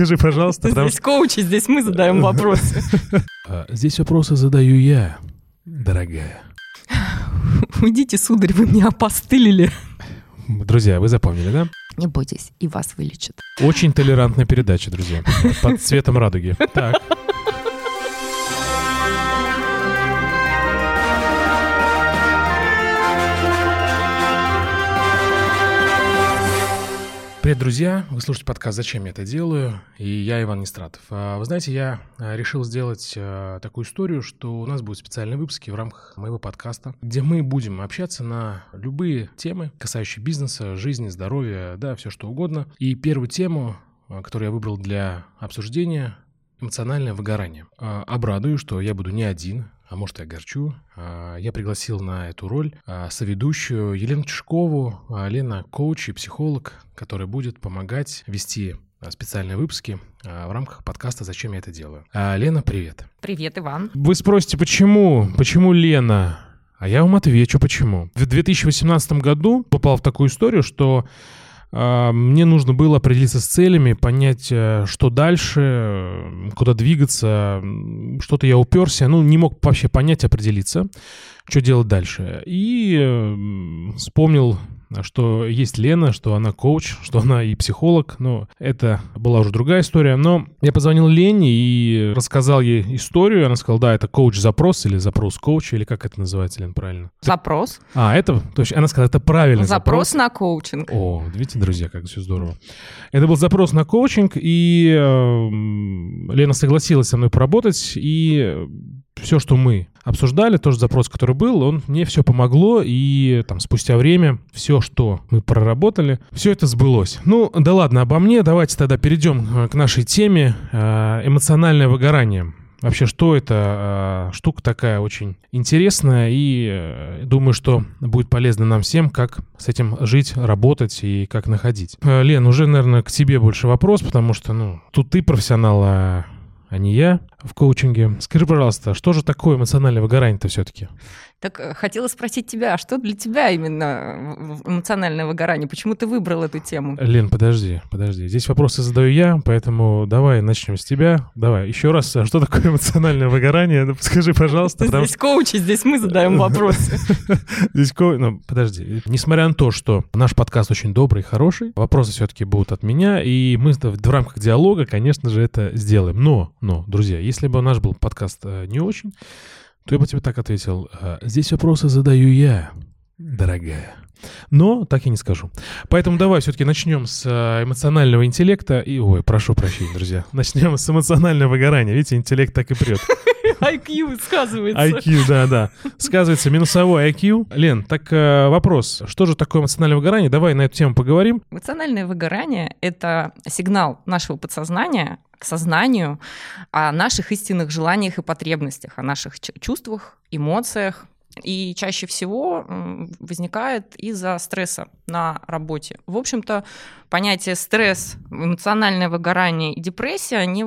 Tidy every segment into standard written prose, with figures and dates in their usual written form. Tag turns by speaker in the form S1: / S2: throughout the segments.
S1: Скажи, пожалуйста.
S2: Здесь коучи, здесь мы задаем вопросы.
S1: Здесь вопросы задаю я, дорогая.
S2: Уйдите, сударь, вы меня опостылили.
S1: Друзья, вы запомнили, да?
S2: Не бойтесь, и вас вылечат.
S1: Очень толерантная передача, друзья. Под цветом радуги. Так. Привет, друзья! Вы слушаете подкаст «Зачем я это делаю?» И я Иван Нестратов. Вы знаете, я решил сделать такую историю, что у нас будут специальные выпуски в рамках моего подкаста, где мы будем общаться на любые темы, касающиеся бизнеса, жизни, здоровья, да, все что угодно. И первую тему, которую я выбрал для обсуждения – эмоциональное выгорание. Обрадую, что я буду не один, а может, и огорчу. Я пригласил на эту роль соведущую Елену Чешкову. Лена – коуч и психолог, которая будет помогать вести специальные выпуски в рамках подкаста «Зачем я это делаю?». Лена, привет.
S2: Привет, Иван.
S1: Вы спросите, почему? Почему Лена? А я вам отвечу, почему. В 2018 году попал в такую историю, что мне нужно было определиться с целями, понять, что дальше, куда двигаться. Что-то я уперся, не мог вообще понять, определиться, что делать дальше. И вспомнил, что есть Лена, что она коуч, что она и психолог. Но это была уже другая история. Но я позвонил Лене и рассказал ей историю. Она сказала, да, это коуч-запрос или запрос-коуча, или как это называется, Лен, правильно?
S2: Запрос.
S1: Это, то есть она сказала, это правильный
S2: запрос на коучинг.
S1: О, видите, друзья, как все здорово. Это был запрос на коучинг, и Лена согласилась со мной поработать, и все, что мы обсуждали, тоже запрос, который был, мне все помогло, и спустя время все, что мы проработали, все это сбылось. Да ладно обо мне, давайте тогда перейдем к нашей теме эмоциональное выгорание. Вообще, что это? Штука такая очень интересная, и думаю, что будет полезно нам всем, как с этим жить, работать и как находить. Лен, уже, наверное, к тебе больше вопрос, потому что, тут ты профессионал, а не я в коучинге. Скажи, пожалуйста, что же такое эмоциональное выгорание-то все-таки?
S2: Так хотела спросить тебя, а что для тебя именно эмоциональное выгорание? Почему ты выбрал эту тему?
S1: Лен, подожди. Здесь вопросы задаю я, поэтому давай начнем с тебя. Давай, еще раз, что такое эмоциональное выгорание? Скажи, пожалуйста.
S2: Здесь коучи, здесь мы задаем вопросы.
S1: Здесь подожди. Несмотря на то, что наш подкаст очень добрый и хороший, вопросы все-таки будут от меня, и мы в рамках диалога, конечно же, это сделаем. Но, друзья, если бы наш был подкаст не очень, то я бы тебе так ответил. Здесь вопросы задаю я, дорогая. Но так я не скажу. Поэтому давай все-таки начнем с эмоционального интеллекта. Прошу прощения, друзья. Начнем с эмоционального выгорания. Видите, интеллект так и прет.
S2: IQ сказывается.
S1: IQ, да. Сказывается минусовой IQ. Лен, так вопрос. Что же такое эмоциональное выгорание? Давай на эту тему поговорим.
S2: Эмоциональное выгорание – это сигнал нашего подсознания к сознанию о наших истинных желаниях и потребностях, о наших чувствах, эмоциях. И чаще всего возникает из-за стресса на работе. В общем-то, понятие стресс, эмоциональное выгорание и депрессия, они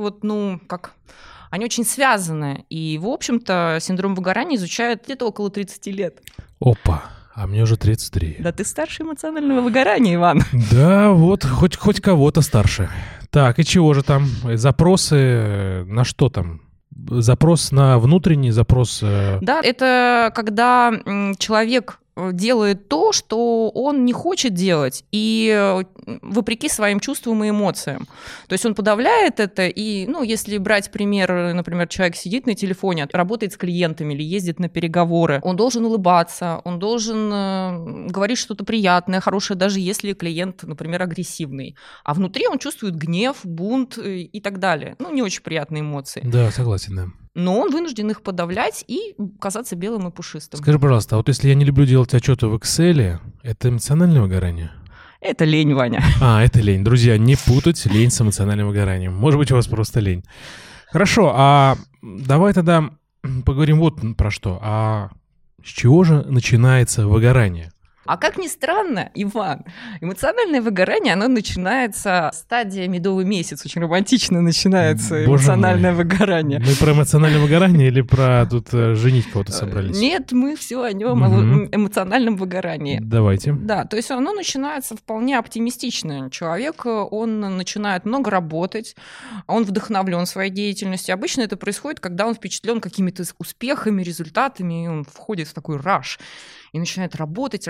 S2: они очень связаны. И, в общем-то, синдром выгорания изучают где-то около 30 лет.
S1: Опа! А мне уже 33.
S2: Да ты старше эмоционального выгорания, Иван.
S1: Да, хоть кого-то старше. Так, и чего же там? Запросы на что там? Запрос на внутренний, запрос...
S2: Да, это когда человек делает то, что он не хочет делать, и вопреки своим чувствам и эмоциям. То есть он подавляет это, и, если брать пример, например, человек сидит на телефоне, работает с клиентами или ездит на переговоры, он должен улыбаться, он должен говорить что-то приятное, хорошее, даже если клиент, например, агрессивный. А внутри он чувствует гнев, бунт и так далее. Не очень приятные эмоции.
S1: Да, согласен, да.
S2: Но он вынужден их подавлять и казаться белым и пушистым.
S1: Скажи, пожалуйста, а вот если я не люблю делать отчеты в Excel, это эмоциональное выгорание?
S2: Это лень, Ваня.
S1: Это лень. Друзья, не путать лень с эмоциональным выгоранием. Может быть, у вас просто лень. Хорошо, а давай тогда поговорим вот про что. А с чего же начинается выгорание?
S2: А как ни странно, Иван, эмоциональное выгорание, оно начинается, стадия медовый месяц, очень романтично начинается эмоциональное выгорание.
S1: Мы про эмоциональное выгорание или про тут женить кого-то собрались?
S2: Нет, мы все о нем, эмоциональном выгорании.
S1: Давайте.
S2: Да, то есть оно начинается вполне оптимистично. Человек, он начинает много работать, он вдохновлен своей деятельностью. Обычно это происходит, когда он впечатлен какими-то успехами, результатами, и он входит в такой раш и начинает работать.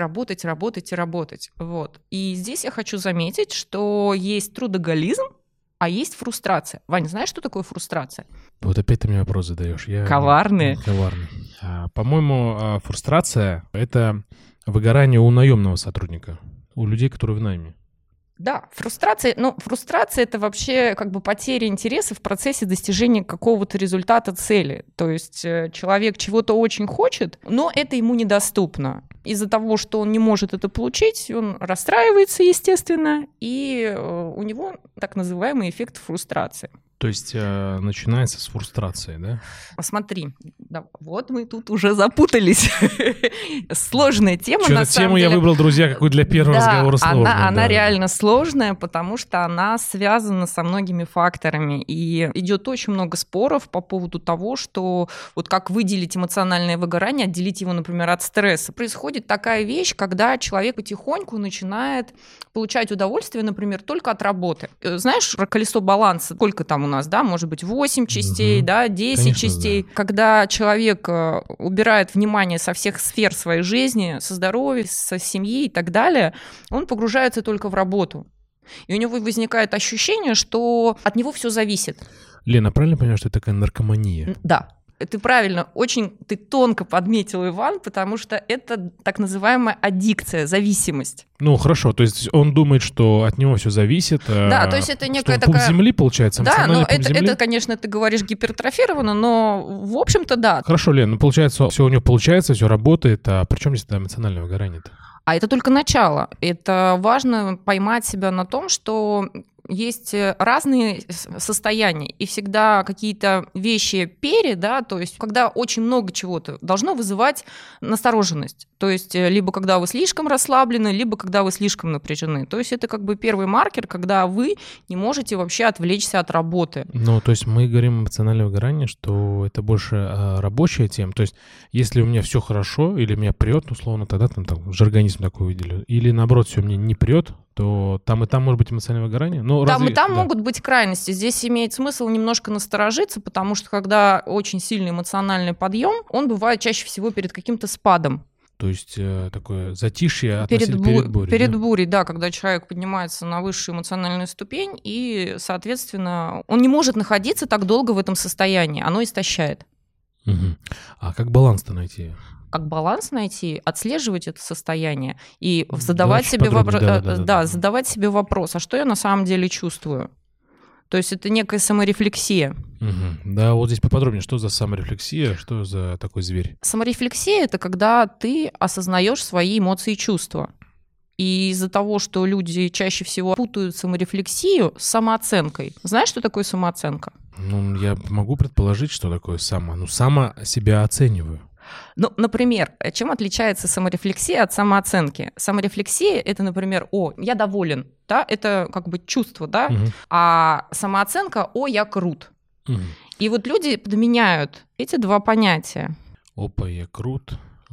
S2: Вот. И здесь я хочу заметить, что есть трудоголизм, а есть фрустрация. Ваня, знаешь, что такое фрустрация?
S1: Вот опять ты мне вопрос задаешь.
S2: Коварный.
S1: По-моему, фрустрация — это выгорание у наемного сотрудника, у людей, которые в найме.
S2: Да, фрустрация это вообще как бы потеря интереса в процессе достижения какого-то результата, цели. То есть человек чего-то очень хочет, но это ему недоступно. Из-за того, что он не может это получить, он расстраивается, естественно, и у него так называемый эффект фрустрации.
S1: То есть начинается с фрустрации, да?
S2: Смотри, да, вот мы тут уже запутались. Сложная тема, на самом
S1: тему
S2: деле.
S1: Я выбрал, друзья, какую для первого разговора сложную.
S2: Она реально сложная, потому что она связана со многими факторами. И идет очень много споров по поводу того, что вот как выделить эмоциональное выгорание, отделить его, например, от стресса. Происходит такая вещь, когда человек потихоньку начинает получать удовольствие, например, только от работы. Знаешь, колесо баланса, сколько там у нас, да, может быть, 8 частей, да, 10
S1: Конечно,
S2: частей.
S1: да.
S2: Когда человек убирает внимание со всех сфер своей жизни, со здоровья, со семьи и так далее, он погружается только в работу. И у него возникает ощущение, что от него все зависит.
S1: Лена, правильно понимаю, что это такая наркомания?
S2: Да. Ты правильно, ты тонко подметил, Иван, потому что это так называемая аддикция, зависимость.
S1: Ну, хорошо, то есть он думает, что от него все зависит.
S2: Да, то есть это некая
S1: такая... пуп земли, получается,
S2: да, но
S1: это,
S2: конечно, ты говоришь гипертрофировано, но, в общем-то, да.
S1: Хорошо, Лен, ну, получается, все у него получается, все работает, а при чем здесь это эмоциональное выгорание-то?
S2: А это только начало. Это важно поймать себя на том, что есть разные состояния, и всегда какие-то вещи да, то есть когда очень много чего-то должно вызывать настороженность. То есть либо когда вы слишком расслаблены, либо когда вы слишком напряжены. То есть это как бы первый маркер, когда вы не можете вообще отвлечься от работы.
S1: Ну, то есть мы говорим эмоциональное выгорание, что это больше рабочая тема. То есть если у меня все хорошо, или меня прет, условно, тогда там жаргонизм такой выделю. Или наоборот, все мне не прет, то там и там может быть эмоциональное выгорание. Но
S2: там и там могут быть крайности. Здесь имеет смысл немножко насторожиться, потому что когда очень сильный эмоциональный подъем, он бывает чаще всего перед каким-то спадом.
S1: То есть такое затишье перед бурей.
S2: Перед бурей, да, когда человек поднимается на высшую эмоциональную ступень, и, соответственно, он не может находиться так долго в этом состоянии, оно истощает.
S1: Угу. А как баланс-то найти?
S2: Как баланс найти, отслеживать это состояние и задавать себе вопрос, задавать себе вопрос, а что я на самом деле чувствую? То есть это некая саморефлексия.
S1: Угу. Да, вот здесь поподробнее, что за саморефлексия, что за такой зверь?
S2: Саморефлексия — это когда ты осознаешь свои эмоции и чувства. И из-за того, что люди чаще всего путают саморефлексию с самооценкой. Знаешь, что такое самооценка?
S1: Ну, я могу предположить, что такое сама себя оцениваю.
S2: Ну, например, чем отличается саморефлексия от самооценки? Саморефлексия — это, например, я доволен, да, это как бы чувство, да, а самооценка — я крут. И вот люди подменяют эти два понятия.
S1: Опа, я крут.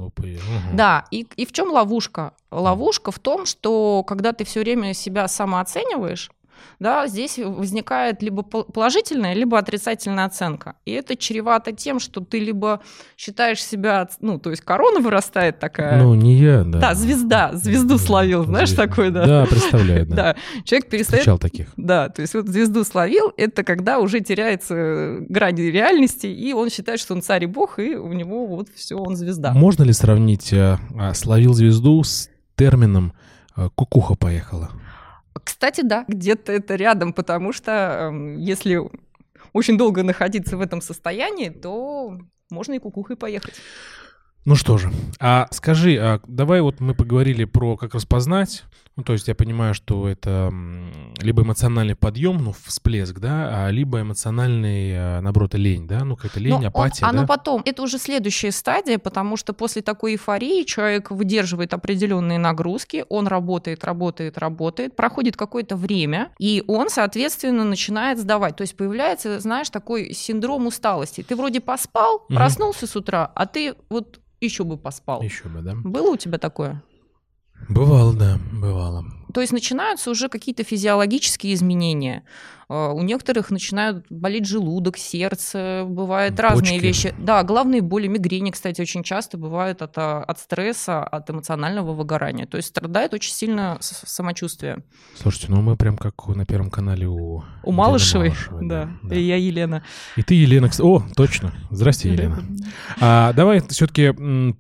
S2: Да, и в чем ловушка? Ловушка в том, что когда ты все время себя самооцениваешь, да, здесь возникает либо положительная, либо отрицательная оценка. И это чревато тем, что ты либо считаешь себя, то есть корона вырастает такая.
S1: Ну, не я, да.
S2: Да, звезду словил, знаешь, такой, да.
S1: Да, представляю, да.
S2: Да, человек перестает...
S1: Встречал таких.
S2: Да, то есть вот звезду словил, это когда уже теряется грань реальности, и он считает, что он царь и бог, и у него вот все, он звезда.
S1: Можно ли сравнить «словил звезду» с термином «кукуха поехала»?
S2: Кстати, да, где-то это рядом, потому что если очень долго находиться в этом состоянии, то можно и кукухой поехать.
S1: Ну что же, скажи, давай вот мы поговорили про как распознать. Ну, то есть я понимаю, что это либо эмоциональный подъем, ну, всплеск, да, либо эмоциональный, наоборот, лень, да, ну, какая-то лень, апатия,
S2: оно
S1: да?
S2: потом, это уже следующая стадия, потому что после такой эйфории человек выдерживает определенные нагрузки, он работает, проходит какое-то время, и он, соответственно, начинает сдавать. То есть появляется, знаешь, такой синдром усталости. Ты вроде поспал, проснулся с утра, а ты вот еще бы поспал.
S1: Еще бы, да.
S2: Было у тебя такое?
S1: Бывало, да, бывало.
S2: То есть начинаются уже какие-то физиологические изменения. У некоторых начинают болеть желудок, сердце, бывают разные вещи. Да, головные боли, мигрени, кстати, очень часто бывают от стресса, от эмоционального выгорания. То есть страдает очень сильно самочувствие.
S1: Слушайте, ну мы прям как на Первом канале у
S2: Малышевой. Да, и я Елена.
S1: И ты, Елена. О, точно. Здрасте, Елена. Давай все-таки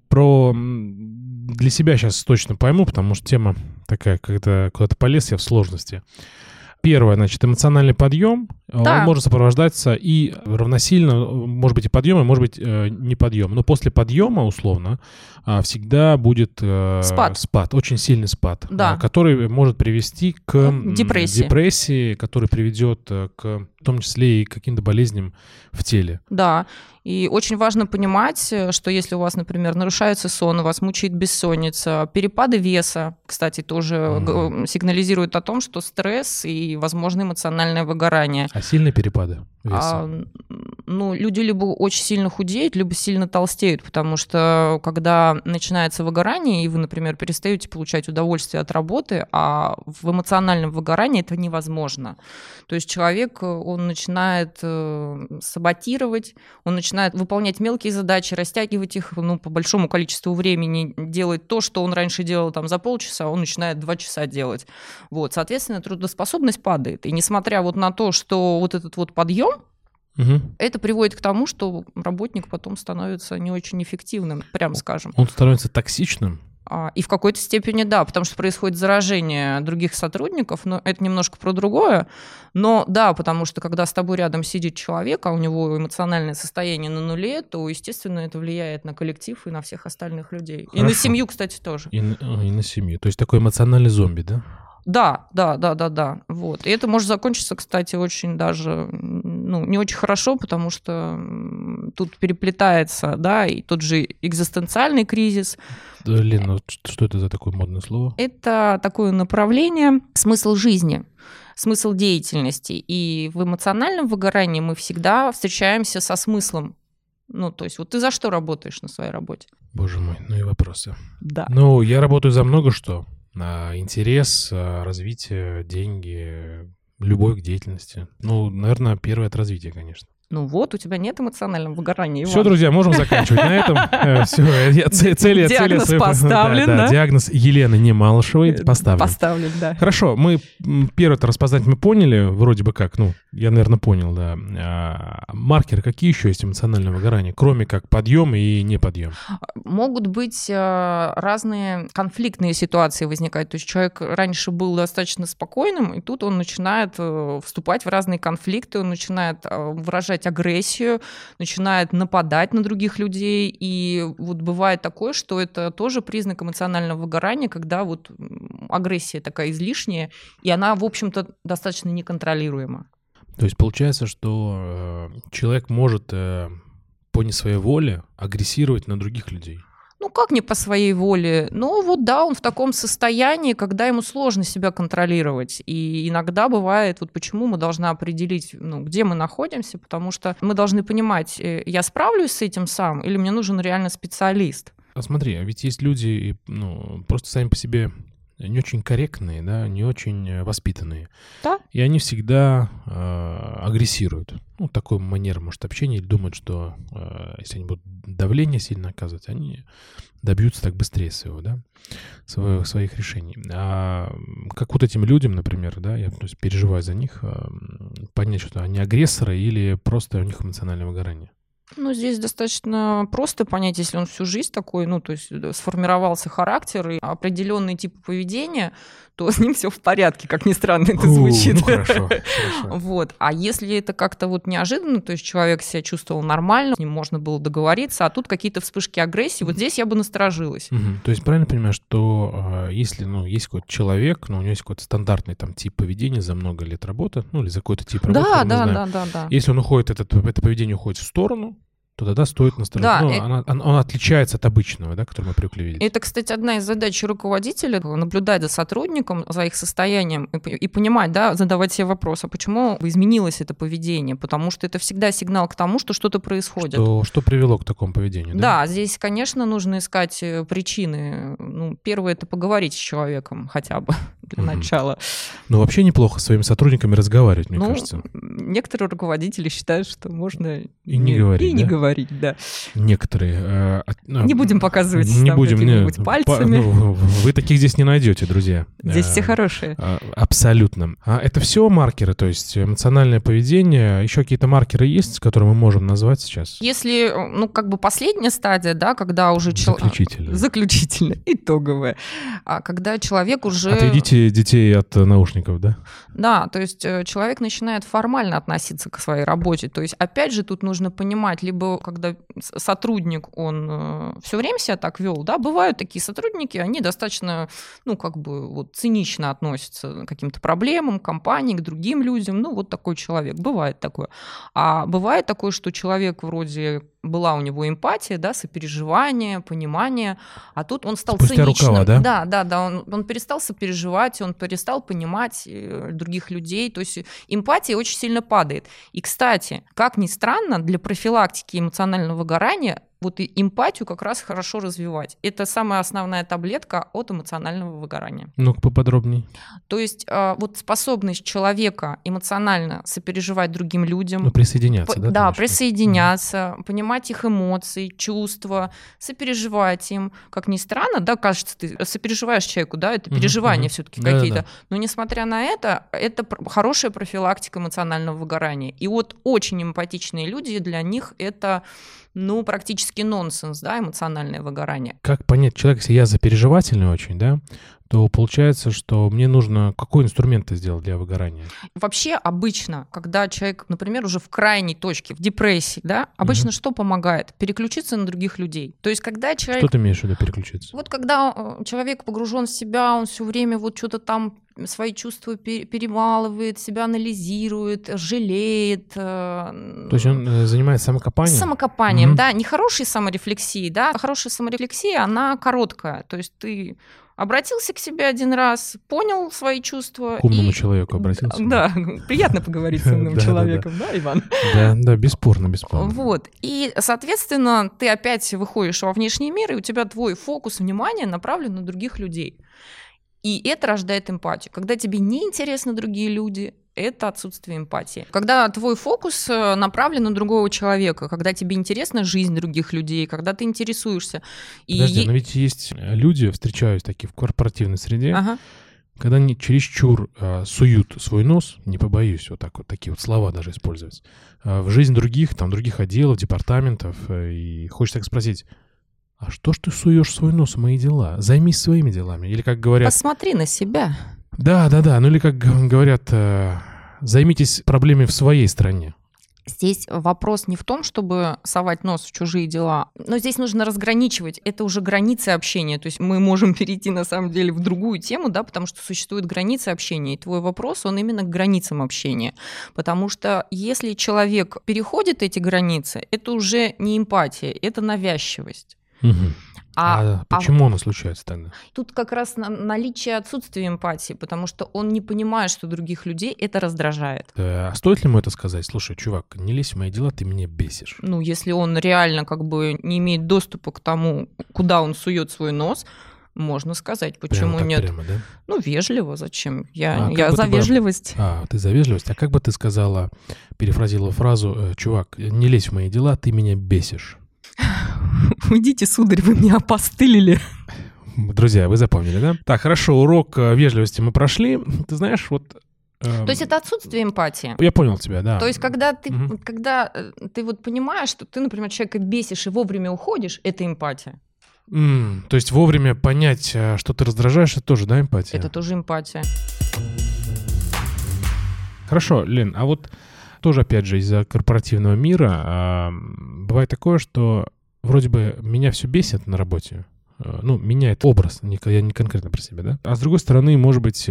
S1: для себя сейчас точно пойму, потому что тема такая, когда куда-то полез я в сложности. Первое, значит, эмоциональный подъем, да. Он может сопровождаться и равносильно, может быть, и подъем, может быть, не подъем. Но после подъема, условно, всегда будет спад, очень сильный спад, да. Который может привести к депрессии, который приведет в том числе и к каким-то болезням в теле.
S2: Да. И очень важно понимать, что если у вас, например, нарушается сон, у вас мучает бессонница, перепады веса, кстати, тоже сигнализируют о том, что стресс и, возможно, эмоциональное выгорание.
S1: А сильные перепады веса?
S2: Люди либо очень сильно худеют, либо сильно толстеют, потому что когда начинается выгорание, и вы, например, перестаете получать удовольствие от работы, а в эмоциональном выгорании это невозможно. То есть человек, он начинает саботировать, он начинает выполнять мелкие задачи, растягивать их по большому количеству времени, делать то, что он раньше делал там за полчаса, он начинает 2 часа делать. Вот, соответственно, трудоспособность падает. И несмотря вот на то, что вот этот вот подъем, это приводит к тому, что работник потом становится не очень эффективным, прям скажем.
S1: Он становится токсичным?
S2: И в какой-то степени да, потому что происходит заражение других сотрудников, но это немножко про другое. Но да, потому что когда с тобой рядом сидит человек, а у него эмоциональное состояние на нуле, то, естественно, это влияет на коллектив и на всех остальных людей. Хорошо. И на семью, кстати, тоже.
S1: И на семью. То есть такой эмоциональный зомби, да?
S2: Да. Вот. И это может закончиться, кстати, очень даже не очень хорошо, потому что тут переплетается, да, и тот же экзистенциальный кризис.
S1: Лена, что это за такое модное слово?
S2: Это такое направление, смысл жизни, смысл деятельности. И в эмоциональном выгорании мы всегда встречаемся со смыслом. То есть вот ты за что работаешь на своей работе?
S1: Боже мой, и вопросы.
S2: Да.
S1: Я работаю за много что. Интерес, развитие, деньги, любовь к деятельности. Наверное, первое от развития, конечно.
S2: У тебя нет эмоционального выгорания, Иван.
S1: Все, друзья, можем заканчивать на этом. Все,
S2: диагноз поставлен, да?
S1: Диагноз Елены Немалышевой поставлен.
S2: Поставлен, да.
S1: Хорошо, мы первое-то распознать мы поняли, вроде бы как, я, наверное, понял, да. Маркеры какие еще есть эмоционального выгорания, кроме как подъем и неподъем?
S2: Могут быть разные конфликтные ситуации возникать. То есть человек раньше был достаточно спокойным, и тут он начинает вступать в разные конфликты, он начинает выражать агрессию, начинает нападать на других людей. И вот бывает такое, что это тоже признак эмоционального выгорания, когда вот агрессия такая излишняя, и она, в общем-то, достаточно неконтролируема.
S1: То есть получается, что человек может по не своей воле агрессировать на других людей?
S2: Как не по своей воле? Он в таком состоянии, когда ему сложно себя контролировать. И иногда бывает, почему мы должны определить, где мы находимся, потому что мы должны понимать, я справлюсь с этим сам или мне нужен реально специалист.
S1: Смотри, а ведь есть люди, просто сами по себе не очень корректные, да, не очень воспитанные.
S2: Да.
S1: И они всегда агрессируют. Такой манер, может, общения, или думают, что если они будут давление сильно оказывать, они добьются так быстрее своего, да, своих решений. А как вот этим людям, например, да, я переживаю за них, понять, что они агрессоры или просто у них эмоциональное выгорание?
S2: Ну, здесь достаточно просто понять, если он всю жизнь такой, ну, то есть сформировался характер и определенный тип поведения, то с ним все в порядке, как ни странно это звучит.
S1: Ну, хорошо.
S2: Вот. А если это как-то вот неожиданно, то есть человек себя чувствовал нормально, с ним можно было договориться, а тут какие-то вспышки агрессии, вот здесь я бы насторожилась.
S1: То есть правильно понимаю, что если, есть какой-то человек, но у него есть какой-то стандартный там тип поведения за много лет работы, или за какой-то тип работы,
S2: Да.
S1: Если он уходит, это поведение уходит в сторону, то тогда стоит насторожиться. Он отличается от обычного, да, который мы привыкли видеть.
S2: Это, кстати, одна из задач руководителя — наблюдать за сотрудником, за их состоянием и понимать, да, задавать себе вопрос, а почему изменилось это поведение? Потому что это всегда сигнал к тому, что что-то происходит.
S1: Что привело к такому поведению, да?
S2: Да, здесь, конечно, нужно искать причины. Первое — это поговорить с человеком хотя бы для начала.
S1: Вообще неплохо с своими сотрудниками разговаривать, мне кажется.
S2: Некоторые руководители считают, что можно
S1: и не говорить,
S2: не говорить, да.
S1: Некоторые.
S2: Не будем показывать
S1: какими-нибудь
S2: пальцами.
S1: Вы таких здесь не найдете, друзья.
S2: Здесь все хорошие.
S1: Абсолютно. Это все маркеры, то есть эмоциональное поведение. Еще какие-то маркеры есть, которые мы можем назвать сейчас?
S2: Если, последняя стадия, да, когда уже заключительная, итоговая, когда человек уже...
S1: Отведите детей от наушников, да?
S2: Да, то есть человек начинает формально относиться к своей работе. То есть, опять же, тут нужно понимать, либо когда сотрудник, он все время себя так вел, да, бывают такие сотрудники, они достаточно, цинично относятся к каким-то проблемам, к компании, к другим людям. Вот такой человек, бывает такое. А бывает такое, что человек вроде... Была у него эмпатия, да, сопереживание, понимание, а тут он стал
S1: спустя
S2: циничным.
S1: Рукава, да?
S2: Да, он перестал сопереживать, он перестал понимать других людей, то есть эмпатия очень сильно падает. И, кстати, как ни странно, для профилактики эмоционального выгорания и эмпатию как раз хорошо развивать. Это самая основная таблетка от эмоционального выгорания.
S1: Ну-ка поподробнее.
S2: То есть способность человека эмоционально сопереживать другим людям.
S1: Присоединяться, да?
S2: Да, присоединяться, понимать их эмоции, чувства, сопереживать им. Как ни странно, да, кажется, ты сопереживаешь человеку, да, это переживания все-таки какие-то. Но несмотря на это хорошая профилактика эмоционального выгорания. И очень эмпатичные люди, для них это... практически нонсенс, да, эмоциональное выгорание.
S1: Как понять человека, если я запереживательный очень, да, то получается, что мне нужно какой инструмент сделать для выгорания?
S2: Вообще обычно, когда человек, например, уже в крайней точке, в депрессии, да, обычно что помогает? Переключиться на других людей. То есть когда человек...
S1: Что ты имеешь в виду переключиться?
S2: Когда человек погружен в себя, он все время что-то там свои чувства перемалывает, себя анализирует, жалеет.
S1: То есть он занимается самокопанием?
S2: Самокопанием, да, не хорошей саморефлексией, да. Хорошая саморефлексия, она короткая, то есть ты обратился к себе один раз, понял свои чувства.
S1: К умному человеку обратился.
S2: Да, приятно поговорить с умным человеком, да, Иван?
S1: Да, бесспорно.
S2: И, соответственно, ты опять выходишь во внешний мир, и у тебя твой фокус внимания направлен на других людей. И это рождает эмпатию. Когда тебе не интересны другие люди, это отсутствие эмпатии. Когда твой фокус направлен на другого человека, когда тебе интересна жизнь других людей, когда ты интересуешься.
S1: Подожди, но ведь есть люди, встречаюсь такие в корпоративной среде, когда они чересчур суют свой нос, не побоюсь такие слова даже использовать, в жизнь других отделов, департаментов, и хочется так спросить: а что ж ты суешь свой нос в мои дела? Займись своими делами. Или как говорят...
S2: Посмотри на себя.
S1: Да. Или как говорят, займитесь проблемами в своей стране.
S2: Здесь вопрос не в том, чтобы совать нос в чужие дела, но здесь нужно разграничивать. Это уже границы общения. То есть мы можем перейти на самом деле в другую тему, да, потому что существуют границы общения. И твой вопрос, он именно к границам общения. Потому что если человек переходит эти границы, это уже не эмпатия, это навязчивость.
S1: А почему оно случается тогда?
S2: Тут как раз наличие отсутствия эмпатии, потому что он не понимает, что других людей это раздражает.
S1: А стоит ли ему это сказать? Слушай, чувак, не лезь в мои дела, ты меня бесишь.
S2: Если он реально не имеет доступа к тому, куда он сует свой нос, можно сказать, почему нет.
S1: Прямо, да?
S2: Вежливо, зачем? Я за вежливость.
S1: Ты за вежливость? А как бы ты сказала, перефразировала фразу: чувак, не лезь в мои дела, ты меня бесишь?
S2: Уйдите, сударь, вы меня опостылили.
S1: Друзья, вы запомнили, да? Так, хорошо, урок вежливости мы прошли. Ты знаешь,
S2: То есть это отсутствие эмпатии.
S1: Я понял тебя, да.
S2: То есть когда ты вот понимаешь, что ты, например, человека бесишь и вовремя уходишь, это эмпатия.
S1: То есть вовремя понять, что ты раздражаешь, это тоже, да, эмпатия?
S2: Это тоже эмпатия.
S1: Хорошо, Лен, а вот тоже, опять же, из-за корпоративного мира бывает такое, что вроде бы меня все бесит на работе, меняет образ, я не конкретно про себя, да? А с другой стороны, может быть,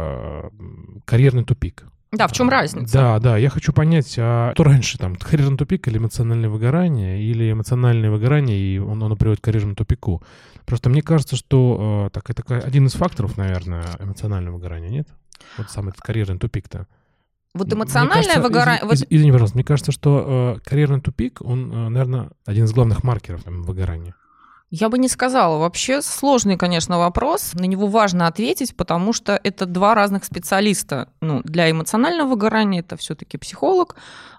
S1: карьерный тупик.
S2: Да, в чем разница?
S1: Да, я хочу понять, что раньше, там, карьерный тупик или эмоциональное выгорание, или эмоциональное выгорание, и оно приводит к карьерному тупику. Просто мне кажется, что это один из факторов, наверное, эмоционального выгорания, нет? Вот сам этот карьерный тупик-то.
S2: Вот эмоциональное выгорание...
S1: Извини, пожалуйста, мне кажется, что карьерный тупик, он, наверное, один из главных маркеров выгорания.
S2: Я бы не сказала. Вообще сложный, конечно, вопрос. На него важно ответить, потому что это два разных специалиста. Для эмоционального выгорания это все-таки психолог,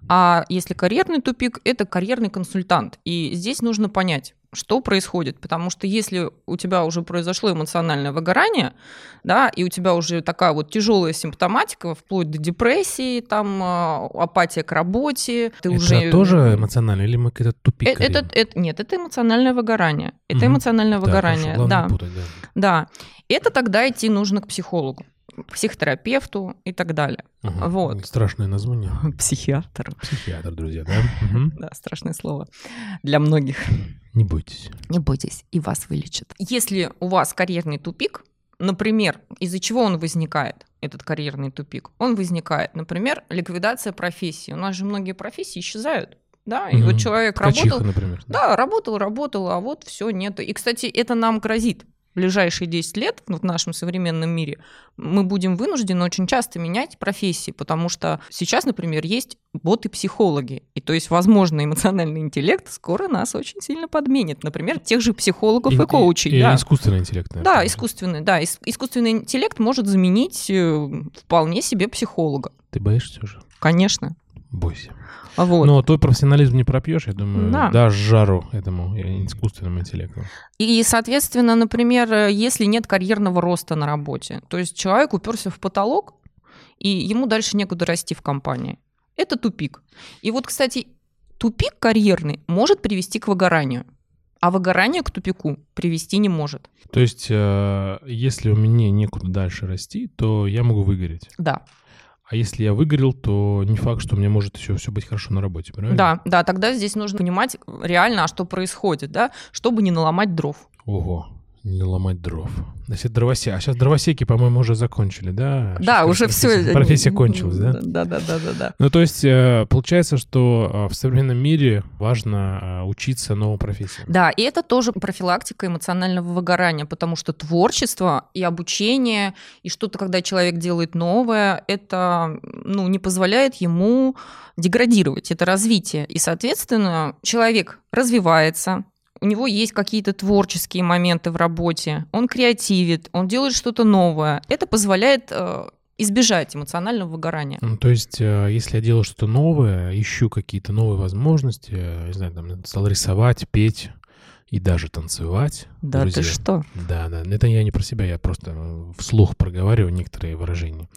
S2: а если карьерный тупик, это карьерный консультант. И здесь нужно понять, что происходит, потому что если у тебя уже произошло эмоциональное выгорание, да, и у тебя уже такая вот тяжелая симптоматика, вплоть до депрессии, там, апатия к работе, ты
S1: это
S2: уже...
S1: тоже эмоциональное или мы какой-то тупик?
S2: Нет, это эмоциональное выгорание. Это эмоциональное выгорание,
S1: хорошо,
S2: да.
S1: Путать, да.
S2: Да, это тогда идти нужно к психологу, психотерапевту и так далее. Вот.
S1: Страшное название.
S2: Психиатр.
S1: Психиатр, друзья, да?
S2: Да, страшное слово для многих.
S1: Не бойтесь.
S2: Не бойтесь, и вас вылечат. Если у вас карьерный тупик, например, из-за чего он возникает, этот карьерный тупик? Он возникает, например, ликвидация профессии. У нас же многие профессии исчезают. Да, и вот человек
S1: Ткачиха, например.
S2: Да, работал, а вот все нет. И, кстати, это нам грозит. В ближайшие 10 лет в нашем современном мире мы будем вынуждены очень часто менять профессии, потому что сейчас, например, есть боты-психологи. И то есть, возможно, эмоциональный интеллект скоро нас очень сильно подменит. Например, тех же психологов и коучей.
S1: И искусственный интеллект, наверное.
S2: Да, искусственный. Да, искусственный интеллект может заменить вполне себе психолога.
S1: Ты боишься уже?
S2: Конечно.
S1: Бойся.
S2: Вот.
S1: Но твой профессионализм не пропьешь, я думаю, дашь жару этому искусственному интеллекту.
S2: И, соответственно, например, если нет карьерного роста на работе, то есть человек уперся в потолок, и ему дальше некуда расти в компании. Это тупик. И вот, кстати, тупик карьерный может привести к выгоранию, а выгорание к тупику привести не может.
S1: То есть, если у меня некуда дальше расти, то я могу выгореть?
S2: Да.
S1: А если я выгорел, то не факт, что у меня может еще все быть хорошо на работе, правильно?
S2: Да, тогда здесь нужно понимать реально, что происходит, да, чтобы не наломать дров.
S1: Ого, не ломать дров. Значит, дровосеки. А сейчас дровосеки, по-моему, уже закончили, да?
S2: Да, уже все.
S1: Профессия кончилась, да?
S2: Да.
S1: Ну, то есть, получается, что в современном мире важно учиться новым профессиям.
S2: Да, и это тоже профилактика эмоционального выгорания, потому что творчество и обучение, и что-то, когда человек делает новое, это не позволяет ему деградировать, это развитие. И, соответственно, человек развивается, у него есть какие-то творческие моменты в работе, он креативит, он делает что-то новое. Это позволяет избежать эмоционального выгорания.
S1: То есть, если я делаю что-то новое, ищу какие-то новые возможности, не знаю, там, стал рисовать, петь и даже танцевать.
S2: Да,
S1: друзья.
S2: ты что?
S1: Да, это я не про себя, я просто вслух проговариваю некоторые выражения.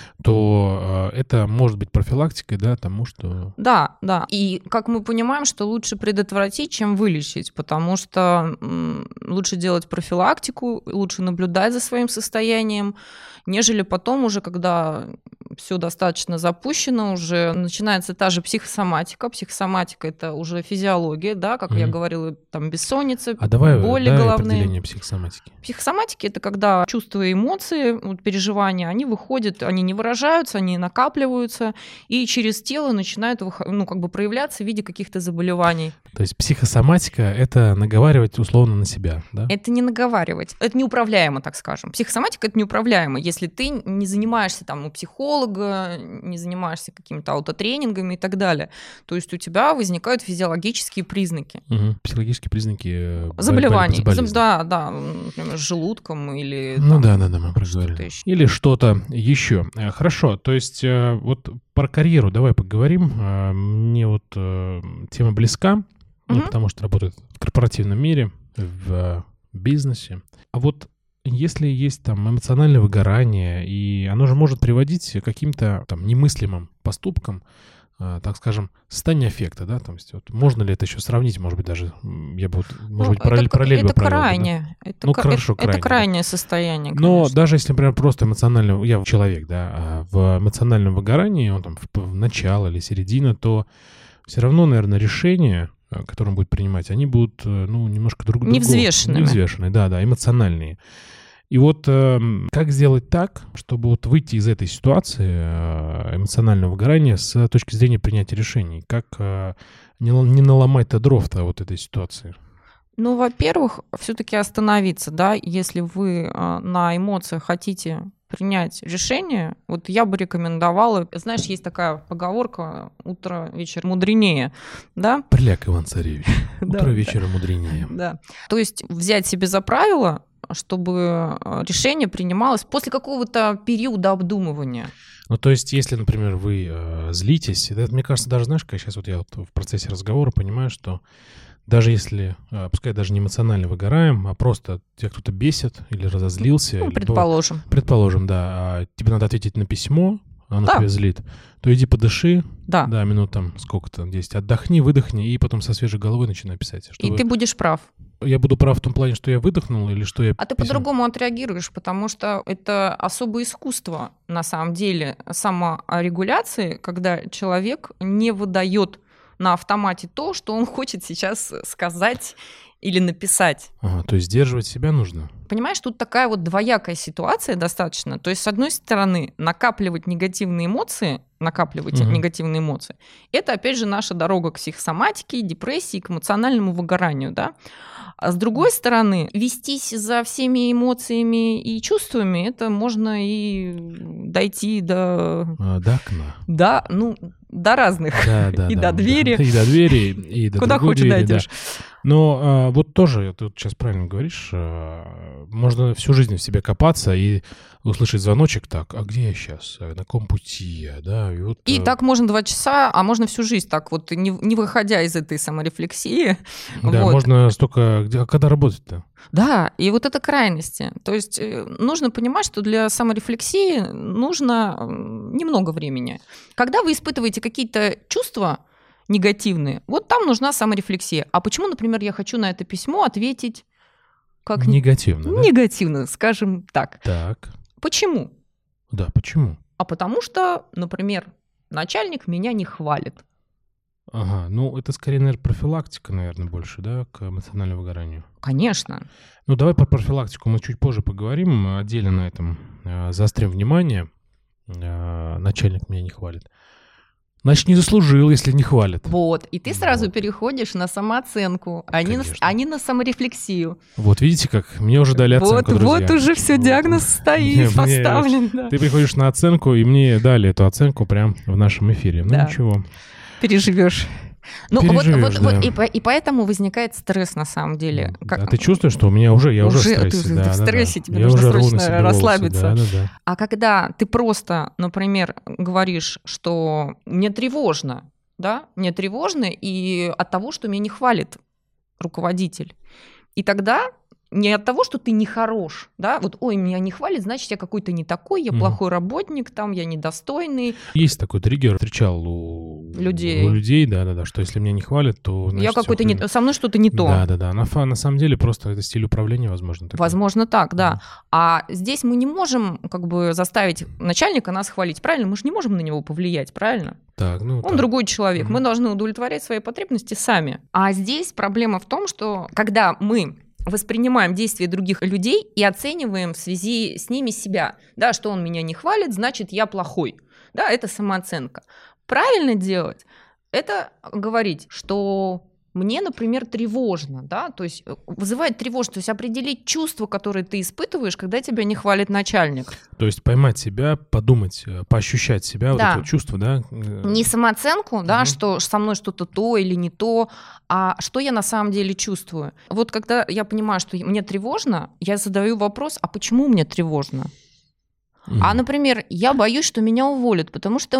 S1: То это может быть профилактикой, да, тому, что...
S2: Да. И как мы понимаем, что лучше предотвратить, чем вылечить, потому что лучше делать профилактику, лучше наблюдать за своим состоянием, нежели потом уже, когда все достаточно запущено, уже начинается та же психосоматика. Психосоматика — это уже физиология, да, как я говорила, там бессонница, боли головные.
S1: Определение психосоматики.
S2: Психосоматики — это когда чувства и эмоции, переживания, они выходят, они не выражаются, они накапливаются, и через тело начинают проявляться в виде каких-то заболеваний.
S1: То есть психосоматика — это наговаривать условно на себя, да?
S2: Это не наговаривать, это неуправляемо, так скажем. Психосоматика — это неуправляемо, если ты не занимаешься там у психолога, не занимаешься какими-то аутотренингами и так далее. То есть у тебя возникают физиологические признаки.
S1: Психологические признаки
S2: заболеваний. Да, например, с желудком или...
S1: мы проговорили. Или что-то еще. Хорошо, то есть вот про карьеру давай поговорим. Мне вот тема близка, потому что работает в корпоративном мире, в бизнесе. А вот если есть там эмоциональное выгорание, и оно же может приводить к каким-то там немыслимым поступкам, так скажем, состояние аффекта, да, то есть вот можно ли это еще сравнить, может быть, даже я бы, может быть, параллель бы провел.
S2: Это крайне,
S1: да? Хорошо,
S2: это крайнее состояние, конечно.
S1: Но даже если, например, просто эмоционально, я человек, да, в эмоциональном выгорании, он там в начало или середина, то все равно, наверное, решения, которые он будет принимать, они будут, немножко
S2: невзвешенными.
S1: Невзвешенные, да, эмоциональные. И вот как сделать так, чтобы вот выйти из этой ситуации эмоционального выгорания с точки зрения принятия решений? Как не наломать-то дров-то вот этой ситуации?
S2: Ну, во-первых, все-таки остановиться, да, если вы на эмоциях хотите принять решение, вот я бы рекомендовала, знаешь, есть такая поговорка «утро, вечер мудренее», да?
S1: Приляг, Иван Царевич, утро, вечер мудренее.
S2: Да, то есть взять себе за правило, чтобы решение принималось после какого-то периода обдумывания.
S1: Ну, то есть, если, например, вы злитесь, это, мне кажется, даже, знаешь, сейчас вот я вот в процессе разговора понимаю, что даже если, пускай даже не эмоционально выгораем, а просто тебя кто-то бесит или разозлился.
S2: Ну, предположим.
S1: Предположим, да. Тебе надо ответить на письмо, оно тебя злит. То иди подыши, да, минут там сколько-то, 10, отдохни, выдохни, и потом со свежей головой начинай писать.
S2: И ты будешь прав.
S1: Я буду прав в том плане, что я выдохнул или что я...
S2: А ты по-другому отреагируешь, потому что это особое искусство, на самом деле, саморегуляции, когда человек не выдает на автомате то, что он хочет сейчас сказать или написать.
S1: Ага, то есть сдерживать себя нужно?
S2: Понимаешь, тут такая вот двоякая ситуация достаточно. То есть, с одной стороны, накапливать негативные эмоции, это, опять же, наша дорога к психосоматике, депрессии, к эмоциональному выгоранию, да. А с другой стороны, вестись за всеми эмоциями и чувствами, это можно и дойти до...
S1: До окна.
S2: Да, до разных. И до двери.
S1: И до двери, и до
S2: куда хочешь дойдешь.
S1: Но вот тоже, ты сейчас правильно говоришь, можно всю жизнь в себе копаться и услышать звоночек так, а где я сейчас, на каком пути я, да?
S2: И так можно 2 часа, а можно всю жизнь так вот, не выходя из этой саморефлексии.
S1: Да, можно столько... А когда работать-то?
S2: Да, и вот это крайности. То есть нужно понимать, что для саморефлексии нужно немного времени. Когда вы испытываете какие-то чувства негативные, вот там нужна саморефлексия. А почему, например, я хочу на это письмо ответить как...
S1: Негативно, да?
S2: Негативно, скажем так.
S1: Так.
S2: Почему?
S1: Да, почему?
S2: А потому что, например, начальник меня не хвалит.
S1: Ага, это скорее, наверное, профилактика, наверное, больше, да, к эмоциональному выгоранию?
S2: Конечно.
S1: Давай про профилактику мы чуть позже поговорим, отдельно на этом заострим внимание. Начальник меня не хвалит. Значит, не заслужил, если не хвалит.
S2: Вот, и ты сразу переходишь на самооценку, а не на саморефлексию.
S1: Вот, видите, как мне уже дали оценку, друзья.
S2: Вот уже все, диагноз стоит, поставлен. Да.
S1: Ты приходишь на оценку, и мне дали эту оценку прямо в нашем эфире.
S2: Да.
S1: Ничего.
S2: Переживешь.
S1: Переживешь, да.
S2: И поэтому возникает стресс на самом деле.
S1: А ты чувствуешь, что у меня я уже в стрессе?
S2: Ты в стрессе, тебе нужно срочно расслабиться.
S1: Да.
S2: А когда ты просто, например, говоришь, что мне тревожно, да, мне тревожно и от того, что меня не хвалит руководитель. И тогда не от того, что ты не хорош, да, вот, ой, меня не хвалит, значит, я какой-то не такой, я плохой работник, там, я недостойный.
S1: Есть такой триггер, встречал у людей, да, что если меня не хвалят, то... Значит,
S2: я какой-то со мной что-то не то.
S1: Да. На самом деле просто это стиль управления, возможно. Такой.
S2: Возможно, так, да. А здесь мы не можем заставить начальника нас хвалить, правильно? Мы же не можем на него повлиять, правильно? Он другой человек, мы должны удовлетворять свои потребности сами. А здесь проблема в том, что когда мы воспринимаем действия других людей и оцениваем в связи с ними себя. Да, что он меня не хвалит, значит, я плохой. Да, это самооценка. Правильно делать – это говорить, что мне, например, тревожно, да, то есть вызывает тревожность, то есть определить чувства, которые ты испытываешь, когда тебя не хвалит начальник.
S1: То есть поймать себя, подумать, поощущать себя,
S2: да.
S1: Вот это чувство, да?
S2: Не самооценку, да, что со мной что-то то или не то, а что я на самом деле чувствую. Вот когда я понимаю, что мне тревожно, я задаю вопрос, а почему мне тревожно? А, например, я боюсь, что меня уволят, потому что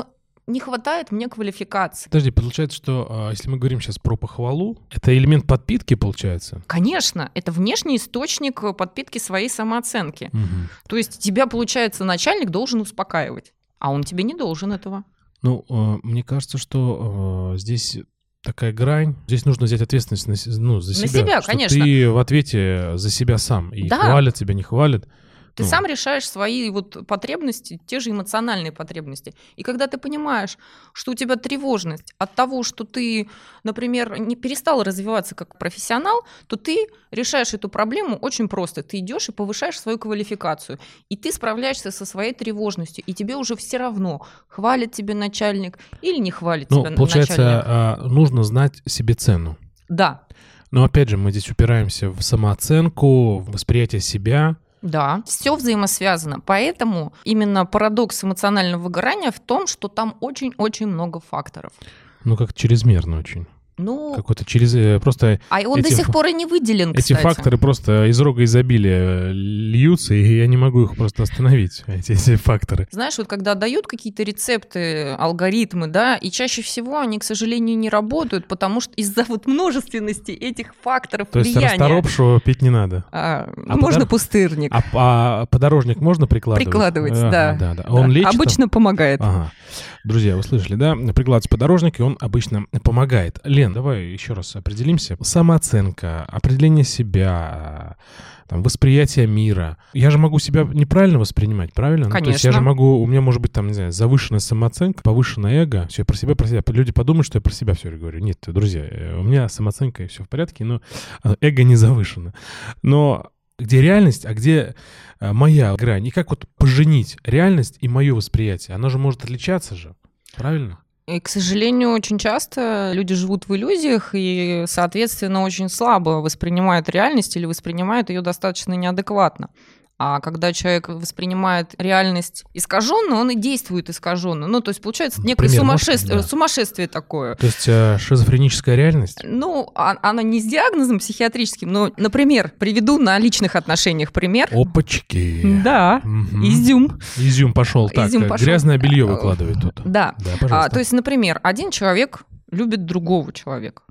S2: не хватает мне квалификации.
S1: Подожди, получается, что если мы говорим сейчас про похвалу, это элемент подпитки, получается?
S2: Конечно, это внешний источник подпитки своей самооценки.
S1: Угу.
S2: То есть тебя, получается, начальник должен успокаивать, а он тебе не должен этого.
S1: Ну, мне кажется, что здесь такая грань. Здесь нужно взять ответственность за себя. Что
S2: конечно.
S1: ты в ответе за себя сам. И хвалят тебя, не хвалят.
S2: Ты сам решаешь свои вот потребности, те же эмоциональные потребности. И когда ты понимаешь, что у тебя тревожность от того, что ты, например, не перестал развиваться как профессионал, то ты решаешь эту проблему очень просто. Ты идешь и повышаешь свою квалификацию. И ты справляешься со своей тревожностью. И тебе уже все равно, хвалит тебе начальник или не хвалит тебя начальник.
S1: Получается, нужно знать себе цену.
S2: Да.
S1: Но опять же, мы здесь упираемся в самооценку, в восприятие себя.
S2: Да, все взаимосвязано. Поэтому именно парадокс эмоционального выгорания в том, что там очень-очень много факторов.
S1: Ну, как чрезмерно очень.
S2: Ну,
S1: какой-то просто...
S2: А он до сих пор и не выделен, кстати.
S1: Эти факторы просто из рога изобилия льются, и я не могу их просто остановить, эти факторы.
S2: Знаешь, вот когда дают какие-то рецепты, алгоритмы, да, и чаще всего они, к сожалению, не работают, потому что из-за вот множественности этих факторов влияния...
S1: То есть расторопшу пить не надо?
S2: Можно пустырник.
S1: А подорожник можно прикладывать?
S2: Прикладывать, да.
S1: Он лечит?
S2: Обычно помогает.
S1: Ага. Друзья, вы слышали, да? Прикладывать подорожник, и он обычно помогает. Лен, давай еще раз определимся. Самооценка, определение себя, там, восприятие мира. Я же могу себя неправильно воспринимать, правильно?
S2: Конечно.
S1: Ну, то есть я же могу, у меня может быть там, не знаю, завышенная самооценка, повышенное эго. Все, про себя. Люди подумают, что я про себя все говорю. Нет, друзья, у меня самооценка и все в порядке, но эго не завышено. Но где реальность, а где моя грань? И как вот поженить реальность и мое восприятие? Оно же может отличаться же, правильно?
S2: И, к сожалению, очень часто люди живут в иллюзиях и, соответственно, очень слабо воспринимают реальность или воспринимают ее достаточно неадекватно. А когда человек воспринимает реальность искаженно, он и действует искаженно. Ну, то есть получается некое сумасшествие такое.
S1: То есть шизофреническая реальность?
S2: Ну, она не с диагнозом психиатрическим, но, например, приведу на личных отношениях пример.
S1: Опачки.
S2: Да, изюм.
S1: Изюм пошел. Так, грязное белье выкладывает тут.
S2: Да,
S1: пожалуйста.
S2: То есть, например, один человек любит другого человека.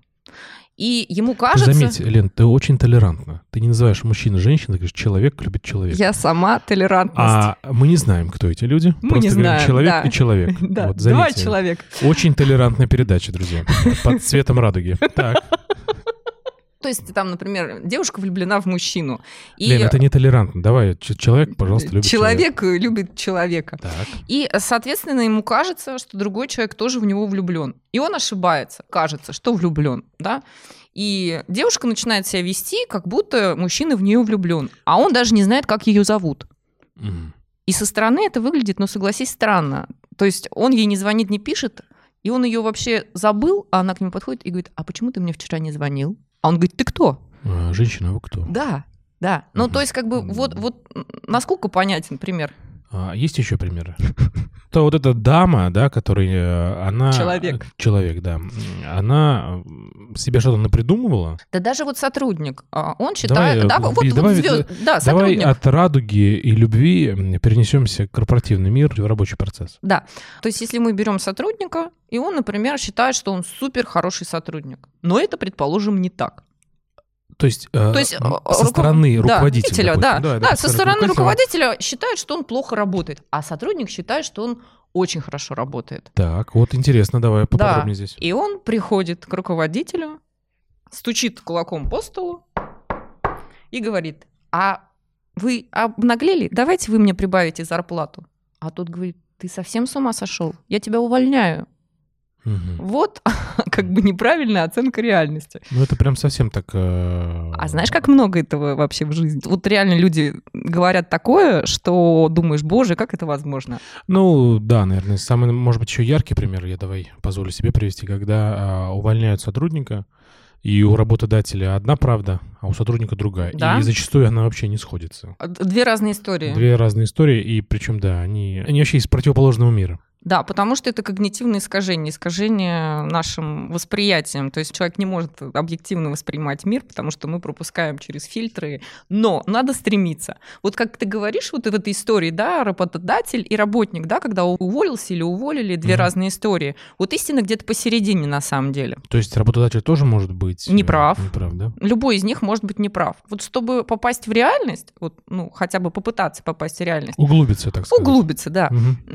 S2: И ему кажется...
S1: Ты заметь, Лен, ты очень толерантна. Ты не называешь мужчину женщиной, ты говоришь, человек любит человека.
S2: Я сама толерантность.
S1: А мы не знаем, кто эти люди.
S2: Мы
S1: просто
S2: не
S1: говорим,
S2: знаем,
S1: человек
S2: да.
S1: и человек.
S2: Да,
S1: вот,
S2: два человека.
S1: Очень толерантная передача, друзья. Под цветом радуги. Так.
S2: То есть там, например, девушка влюблена в мужчину.
S1: Лен, это не толерантно. Давай, человек, пожалуйста, любит человека.
S2: Человек любит человека.
S1: Так.
S2: И, соответственно, ему кажется, что другой человек тоже в него влюблен. И он ошибается. Кажется, что влюблен, да? И девушка начинает себя вести, как будто мужчина в нее влюблен. А он даже не знает, как ее зовут. И со стороны это выглядит, ну, согласись, странно. То есть он ей не звонит, не пишет, и он ее вообще забыл, а она к нему подходит и говорит, а почему ты мне вчера не звонил? А он говорит, ты кто?
S1: Женщина, а вы кто?
S2: Да. Ну, то есть, как бы, вот насколько понятен пример?
S1: Есть еще примеры? То вот эта дама, да, которая, она... Человек, да. Она себе что-то напридумывала?
S2: Да даже вот сотрудник. Он считает...
S1: Давай от радуги и любви перенесемся в корпоративный мир, в рабочий процесс.
S2: Да. То есть, если мы берем сотрудника, и он, например, считает, что он супер хороший сотрудник. Но это, предположим, не так.
S1: То есть со стороны руководителя.
S2: Да, со стороны руководителя считают, что он плохо работает, а сотрудник считает, что он очень хорошо работает.
S1: Так, вот интересно, давай поподробнее здесь.
S2: И он приходит к руководителю, стучит кулаком по столу и говорит, а вы обнаглели? Давайте вы мне прибавите зарплату. А тот говорит, ты совсем с ума сошел? Я тебя увольняю. Вот как бы неправильная оценка реальности.
S1: Ну, это прям совсем так...
S2: А знаешь, как много этого вообще в жизни? Вот реально люди говорят такое, что думаешь, боже, как это возможно?
S1: Ну, да, наверное, самый, может быть, еще яркий пример, я давай позволю себе привести, когда увольняют сотрудника, и у работодателя одна правда, а у сотрудника другая. Да? И зачастую она вообще не сходится.
S2: Две разные истории.
S1: И причем, да, они вообще из противоположного мира.
S2: Да, потому что это когнитивное искажение нашим восприятием. То есть человек не может объективно воспринимать мир, потому что мы пропускаем через фильтры. Но надо стремиться. Вот как ты говоришь вот в этой истории, да, работодатель и работник, да, когда уволился или уволили, две разные истории. Вот истина где-то посередине на самом деле.
S1: То есть работодатель тоже может быть
S2: неправ,
S1: да?
S2: Любой из них может быть неправ. Вот чтобы попасть в реальность, вот, ну, хотя бы попытаться попасть в реальность.
S1: Углубиться, так сказать.
S2: Углубиться, да.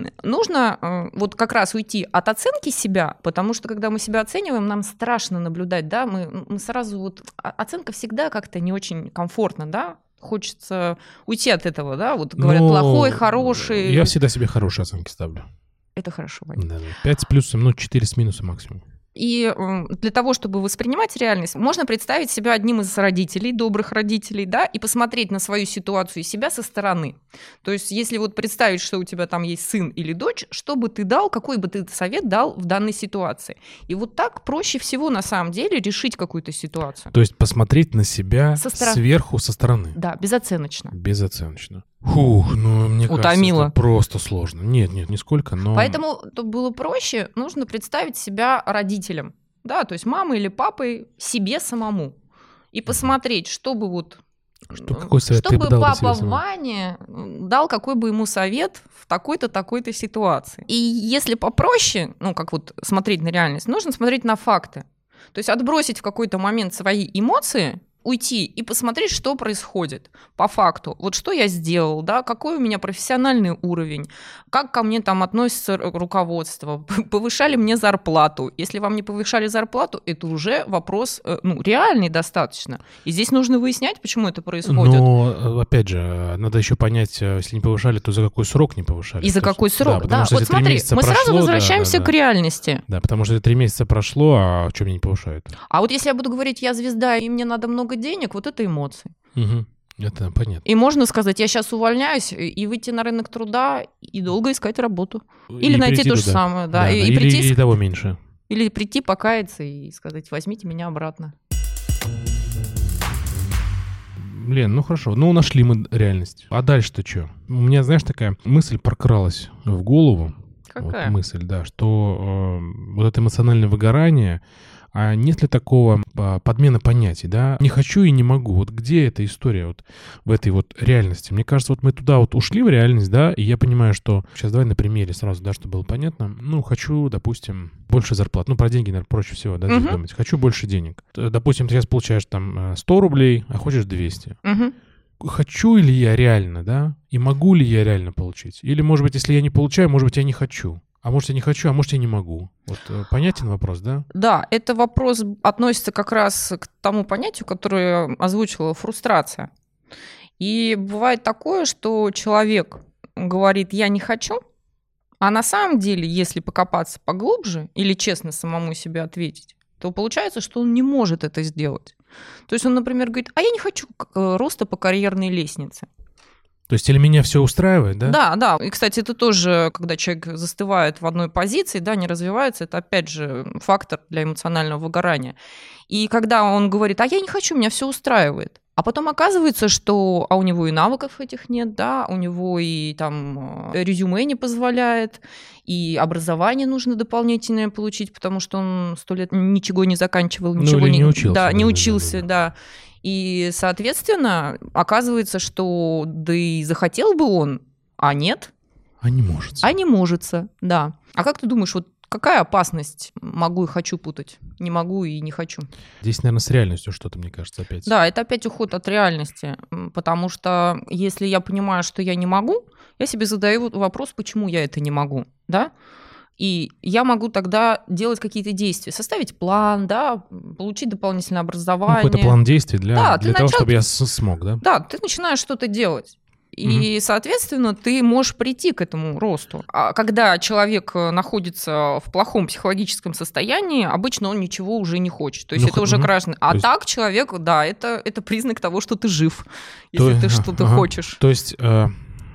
S2: Нужно вот как раз уйти от оценки себя, потому что когда мы себя оцениваем, нам страшно наблюдать, да, мы сразу вот... Оценка всегда как-то не очень комфортна, да? Хочется уйти от этого, да? Вот говорят, плохой, хороший.
S1: Я всегда себе хорошие оценки ставлю.
S2: Это хорошо, Вань.
S1: Да. 5 с плюсом, 4 с минусом максимум.
S2: И для того, чтобы воспринимать реальность, можно представить себя одним из родителей, добрых родителей, да, и посмотреть на свою ситуацию и себя со стороны. То есть, если вот представить, что у тебя там есть сын или дочь, что бы ты дал, какой бы ты совет дал в данной ситуации. И вот так проще всего на самом деле решить какую-то ситуацию.
S1: То есть посмотреть на себя сверху, со стороны.
S2: Да, безоценочно.
S1: Безоценочно. Фух, мне
S2: утомило.
S1: Кажется, это просто сложно. Нет, нисколько, но...
S2: Поэтому было проще, нужно представить себя родителем, да, то есть мамой или папой себе самому. И посмотреть, чтобы вот...
S1: Какой совет ты бы дал
S2: папа Ваня дал, какой бы ему совет в такой-то, такой-то ситуации. И если попроще, как вот смотреть на реальность, нужно смотреть на факты. То есть отбросить в какой-то момент свои эмоции, уйти и посмотреть, что происходит по факту. Вот что я сделал, да, какой у меня профессиональный уровень, как ко мне там относится руководство, повышали мне зарплату. Если вам не повышали зарплату, это уже вопрос, реальный достаточно. И здесь нужно выяснять, почему это происходит.
S1: Но, опять же, надо еще понять, если не повышали, то за какой срок не повышали.
S2: И за какой срок, да. Вот смотри, мы сразу возвращаемся к реальности.
S1: Да, потому что 3 месяца прошло, а что мне не повышают?
S2: А вот если я буду говорить, я звезда, и мне надо много денег, вот это эмоции.
S1: Угу. Это понятно.
S2: И можно сказать, я сейчас увольняюсь, и выйти на рынок труда, и долго искать работу. Или найти то же самое. Да. И прийти,
S1: или того меньше.
S2: Или прийти, покаяться и сказать, возьмите меня обратно.
S1: Лен, хорошо. Нашли мы реальность. А дальше-то что? У меня, знаешь, такая мысль прокралась в голову.
S2: Какая?
S1: Вот мысль, да, что вот это эмоциональное выгорание, а нет ли такого подмена понятий, да? Не хочу и не могу. Вот где эта история вот в этой вот реальности? Мне кажется, вот мы туда вот ушли в реальность, да, и я понимаю, что... Сейчас давай на примере сразу, да, чтобы было понятно. Хочу, допустим, больше зарплат. Про деньги, наверное, проще всего, да, здесь думать. Хочу больше денег. Допустим, ты сейчас получаешь там 100 рублей, а хочешь 200. Хочу ли я реально, да? И могу ли я реально получить? Или, может быть, если я не получаю, может быть, я не хочу. А может, я не хочу, а может, я не могу. Вот понятен вопрос, да?
S2: Да, это вопрос относится как раз к тому понятию, которое озвучила фрустрация. И бывает такое, что человек говорит «я не хочу», а на самом деле, если покопаться поглубже или честно самому себе ответить, то получается, что он не может это сделать. То есть он, например, говорит, а я не хочу роста по карьерной лестнице.
S1: То есть или меня все устраивает, да?
S2: Да, да. И, кстати, это тоже, когда человек застывает в одной позиции, да, не развивается, это, опять же, фактор для эмоционального выгорания. И когда он говорит, а я не хочу, меня все устраивает. А потом оказывается, что у него и навыков этих нет, да, у него и там резюме не позволяет, и образование нужно дополнительное получить, потому что он 100 лет ничего не заканчивал, ничего
S1: не учился.
S2: Да, не учился, да. И, соответственно, оказывается, что да и захотел бы он, а нет.
S1: А не может.
S2: А не может, да. А как ты думаешь, вот какая опасность? Могу и хочу путать. Не могу и не хочу.
S1: Здесь, наверное, с реальностью что-то, мне кажется, опять.
S2: Да, это опять уход от реальности. Потому что если я понимаю, что я не могу, я себе задаю вопрос, почему я это не могу, да? И я могу тогда делать какие-то действия, составить план, да, получить дополнительное образование.
S1: Какой-то план действий для того, чтобы я смог, да?
S2: Да, ты начинаешь что-то делать. И, соответственно, ты можешь прийти к этому росту. А когда человек находится в плохом психологическом состоянии, обычно он ничего уже не хочет. То есть это уже красный. А так человек, да, это признак того, что ты жив, если ты что-то хочешь.
S1: То есть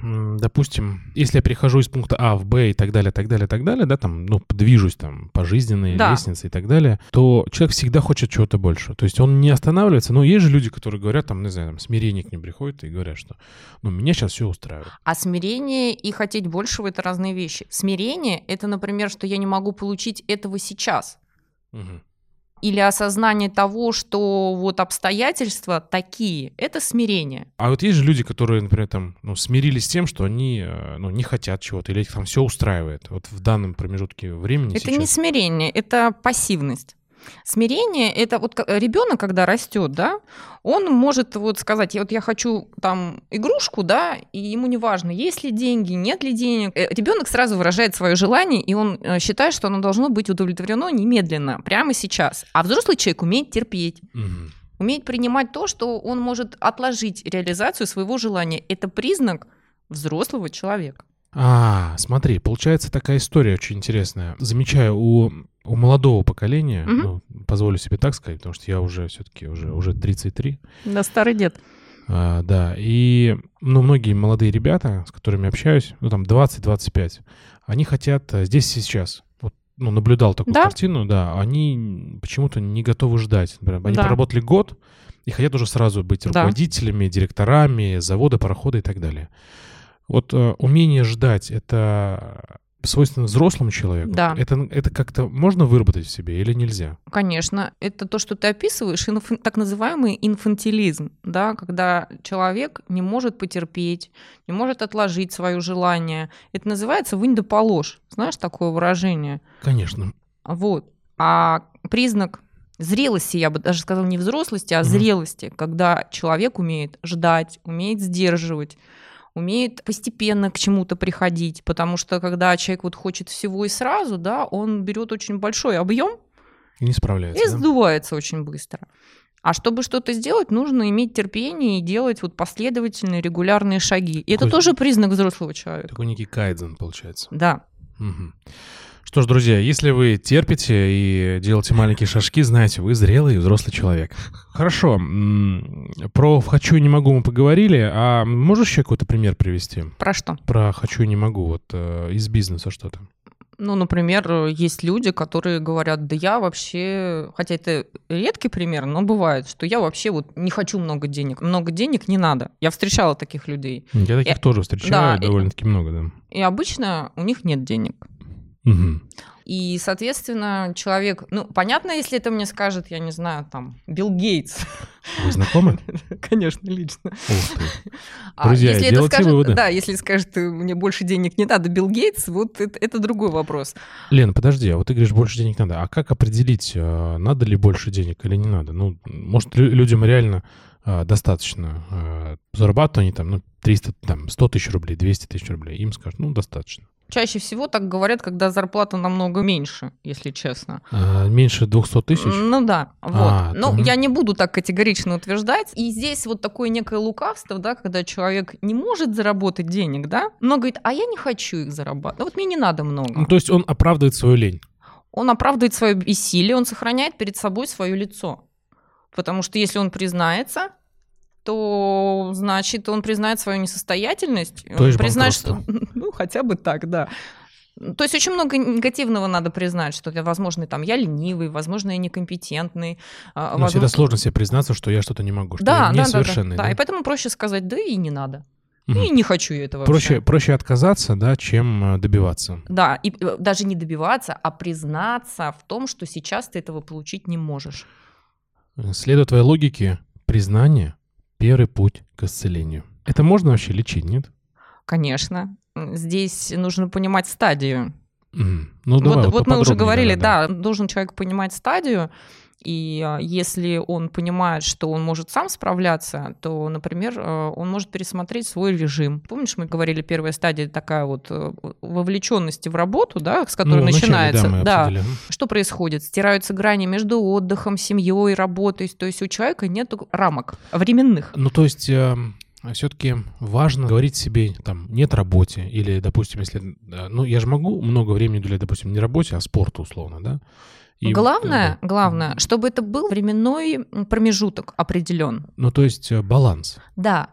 S1: допустим, если я перехожу из пункта А в Б и так далее, да, там, ну, движусь там по жизненной лестнице и так далее, то человек всегда хочет чего-то больше. То есть он не останавливается. Но есть же люди, которые говорят, там, не знаю, там, смирение к ним приходит и говорят, что, ну, меня сейчас все устраивает.
S2: А смирение и хотеть большего — это разные вещи. Смирение — это, например, что я не могу получить этого сейчас.
S1: Угу.
S2: Или осознание того, что вот обстоятельства такие, это смирение.
S1: А вот есть же люди, которые, например, там, ну, смирились с тем, что они, ну, не хотят чего-то, или их там все устраивает. Вот в данном промежутке времени
S2: Это
S1: сейчас.
S2: не смирение, это пассивность. Смирение — это вот ребенок, когда растет, да, он может вот сказать, вот я хочу там игрушку, да, и ему не важно, есть ли деньги, нет ли денег. Ребенок сразу выражает свое желание, и он считает, что оно должно быть удовлетворено немедленно, прямо сейчас. А взрослый человек умеет терпеть. Умеет принимать то, что он может отложить реализацию своего желания. Это признак взрослого человека.
S1: Смотри, получается такая история очень интересная. Замечаю у молодого поколения, ну, позволю себе так сказать, потому что я уже все-таки уже 33.
S2: Да, старый дед.
S1: Да, и ну, многие молодые ребята, с которыми общаюсь, ну там 20-25, они хотят здесь и сейчас. Вот, ну, наблюдал такую картину, да, они почему-то не готовы ждать. Например, они проработали год и хотят уже сразу быть руководителями, директорами завода, парохода и так далее. Вот умение ждать — это свойственно взрослому человеку?
S2: Да.
S1: Это как-то можно выработать в себе или нельзя?
S2: Конечно. Это то, что ты описываешь, так называемый инфантилизм, да, когда человек не может потерпеть, не может отложить свое желание. Это называется «вынь да положь». Знаешь такое выражение?
S1: Конечно.
S2: Вот. А признак зрелости, я бы даже сказала, не взрослости, а зрелости, когда человек умеет ждать, умеет сдерживать, умеет постепенно к чему-то приходить, потому что когда человек вот хочет всего и сразу, да, он берет очень большой объем
S1: и не справляется,
S2: и сдувается очень быстро. А чтобы что-то сделать, нужно иметь терпение и делать вот последовательные регулярные шаги. И это тоже признак взрослого человека.
S1: Такой некий кайдзен получается.
S2: Да.
S1: Угу. Что ж, друзья, если вы терпите и делаете маленькие шажки, знаете, вы зрелый и взрослый человек. Хорошо. Про «хочу и не могу» мы поговорили. А можешь еще какой-то пример привести?
S2: Про что?
S1: Про «хочу и не могу», вот из бизнеса что-то.
S2: Ну, например, есть люди, которые говорят, да я вообще, хотя это редкий пример, но бывает, что я вообще вот не хочу много денег не надо. Я встречала таких людей.
S1: Я таких тоже встречаю, довольно-таки много, да.
S2: И обычно у них нет денег.
S1: Угу.
S2: И, соответственно, человек... Ну, понятно, если это мне скажет, я не знаю, там, Билл Гейтс.
S1: Вы знакомы?
S2: Конечно, лично.
S1: Ух ты. Друзья, делайте выводы.
S2: Да, если скажет, мне больше денег не надо, Билл Гейтс, вот это другой вопрос.
S1: Лена, подожди, а вот ты говоришь, больше денег надо. А как определить, надо ли больше денег или не надо? Ну, может, людям реально достаточно. Зарабатывают они там, 300, там, 100 тысяч рублей, 200 тысяч рублей. Им скажут, достаточно.
S2: Чаще всего так говорят, когда зарплата намного меньше, если честно.
S1: Меньше 200 тысяч?
S2: Ну да, вот. Но я не буду так категорично утверждать. И здесь вот такое некое лукавство, да, когда человек не может заработать денег, да, но говорит, а я не хочу их зарабатывать. Вот мне не надо много.
S1: Ну, то есть он оправдывает свою лень?
S2: Он оправдывает свое бессилие, он сохраняет перед собой свое лицо. Потому что если он признается, то, значит, он признает свою несостоятельность.
S1: То есть
S2: признает, что... Ну, хотя бы так, да. То есть очень много негативного надо признать, что, возможно, там, я ленивый, возможно, я некомпетентный.
S1: Но всегда сложно себе признаться, что я что-то не могу, что я несовершенный.
S2: Да, и поэтому проще сказать, да и не надо. И не хочу я этого вообще.
S1: Проще отказаться, да, чем добиваться.
S2: Да, и даже не добиваться, а признаться в том, что сейчас ты этого получить не можешь.
S1: Следуя твоей логике, признание — первый путь к исцелению. Это можно вообще лечить, нет?
S2: Конечно. Здесь нужно понимать стадию.
S1: Ну, давай,
S2: вот мы уже говорили, да, должен человек понимать стадию, и если он понимает, что он может сам справляться, то, например, он может пересмотреть свой режим. Помнишь, мы говорили, первая стадия такая вот вовлеченности в работу, да, с которой начинается.
S1: Да.
S2: Что происходит? Стираются грани между отдыхом, семьей, работой. То есть у человека нет рамок временных.
S1: Ну, то есть... Все-таки важно говорить себе, там, нет работе, или, допустим, если... Ну, я же могу много времени уделять, допустим, не работе, а спорту, условно, да?
S2: И главное, чтобы это был временной промежуток определен.
S1: Ну, то есть баланс.
S2: Да.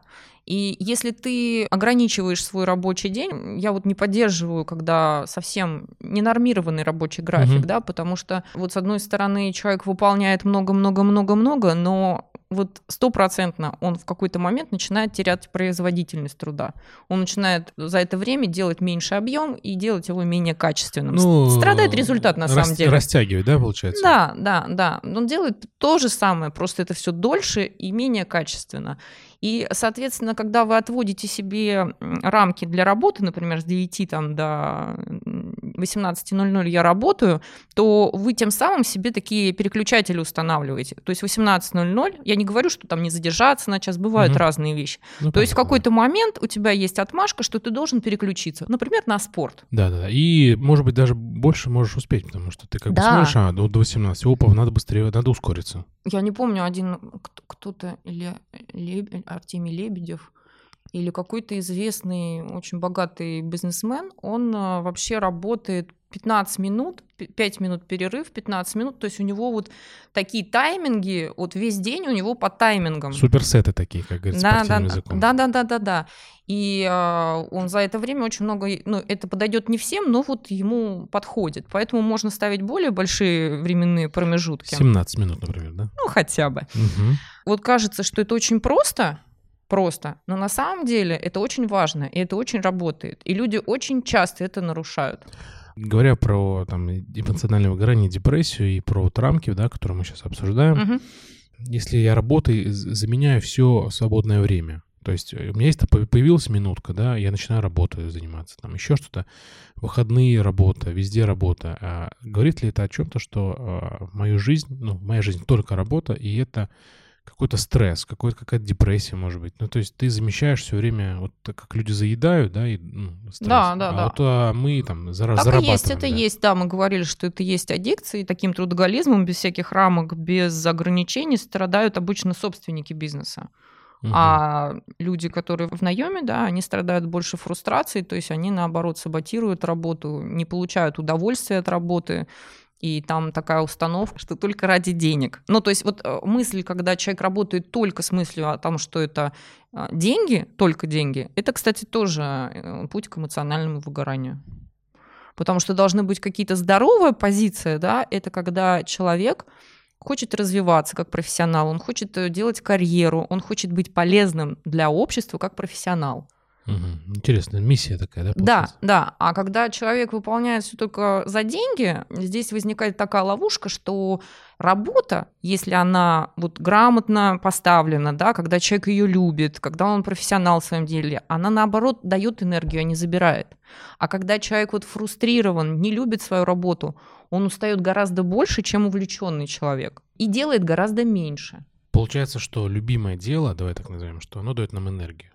S2: И если ты ограничиваешь свой рабочий день, я вот не поддерживаю, когда совсем ненормированный рабочий график, да, потому что вот с одной стороны человек выполняет много-много-много-много, но вот 100% он в какой-то момент начинает терять производительность труда. Он начинает за это время делать меньше объем и делать его менее качественным. Страдает результат на самом деле.
S1: Растягивать, да, получается?
S2: Да. Он делает то же самое, просто это все дольше и менее качественно. И, соответственно, когда вы отводите себе рамки для работы, например, с 9 до 18:00 я работаю, то вы тем самым себе такие переключатели устанавливаете. То есть 18:00, я не говорю, что там не задержаться на час, бывают разные вещи. То есть в какой-то момент у тебя есть отмашка, что ты должен переключиться, например, на спорт.
S1: Да. И, может быть, даже больше можешь успеть, потому что ты как бы смотришь, до 18, опа, надо быстрее, надо ускориться.
S2: Я не помню, один кто-то или Артемий Лебедев или какой-то известный, очень богатый бизнесмен, он вообще работает 15 минут, 5 минут перерыв, 15 минут, то есть у него вот такие тайминги, вот весь день у него по таймингам.
S1: Суперсеты такие, как говорится, спортивным языком.
S2: Да. И он за это время очень много, это подойдет не всем, но вот ему подходит, поэтому можно ставить более большие временные промежутки.
S1: 17 минут, например, да?
S2: Хотя бы. Вот кажется, что это очень просто, но на самом деле это очень важно, и это очень работает. И люди очень часто это нарушают.
S1: Говоря про эмоциональное выгорание, депрессию и про рамки, да, которые мы сейчас обсуждаем, если я работаю, заменяю все свободное время. То есть у меня есть появилась минутка, да, я начинаю работой заниматься, там еще что-то, выходные работа, везде работа. А говорит ли это о чем-то, что моя жизнь только работа, и это какой-то стресс, какая-то депрессия, может быть. То есть ты замещаешь все время, вот как люди заедают, да, и стресс.
S2: Да.
S1: Вот мы зарабатываем.
S2: Так и есть, мы говорили, что это есть аддикция, и таким трудоголизмом, без всяких рамок, без ограничений страдают обычно собственники бизнеса. А люди, которые в наеме, да, они страдают больше фрустрацией, то есть они, наоборот, саботируют работу, не получают удовольствия от работы, и там такая установка, что только ради денег. То есть вот мысль, когда человек работает только с мыслью о том, что это деньги, только деньги, это, кстати, тоже путь к эмоциональному выгоранию. Потому что должны быть какие-то здоровые позиции, да, это когда человек хочет развиваться как профессионал, он хочет делать карьеру, он хочет быть полезным для общества как профессионал.
S1: Интересная миссия такая, да?
S2: Да. А когда человек выполняет все только за деньги, здесь возникает такая ловушка, что работа, если она вот грамотно поставлена, да, когда человек ее любит, когда он профессионал в своем деле, она наоборот дает энергию, а не забирает. А когда человек вот фрустрирован, не любит свою работу, он устает гораздо больше, чем увлеченный человек, и делает гораздо меньше.
S1: Получается, что любимое дело, давай так назовем, что оно дает нам энергию.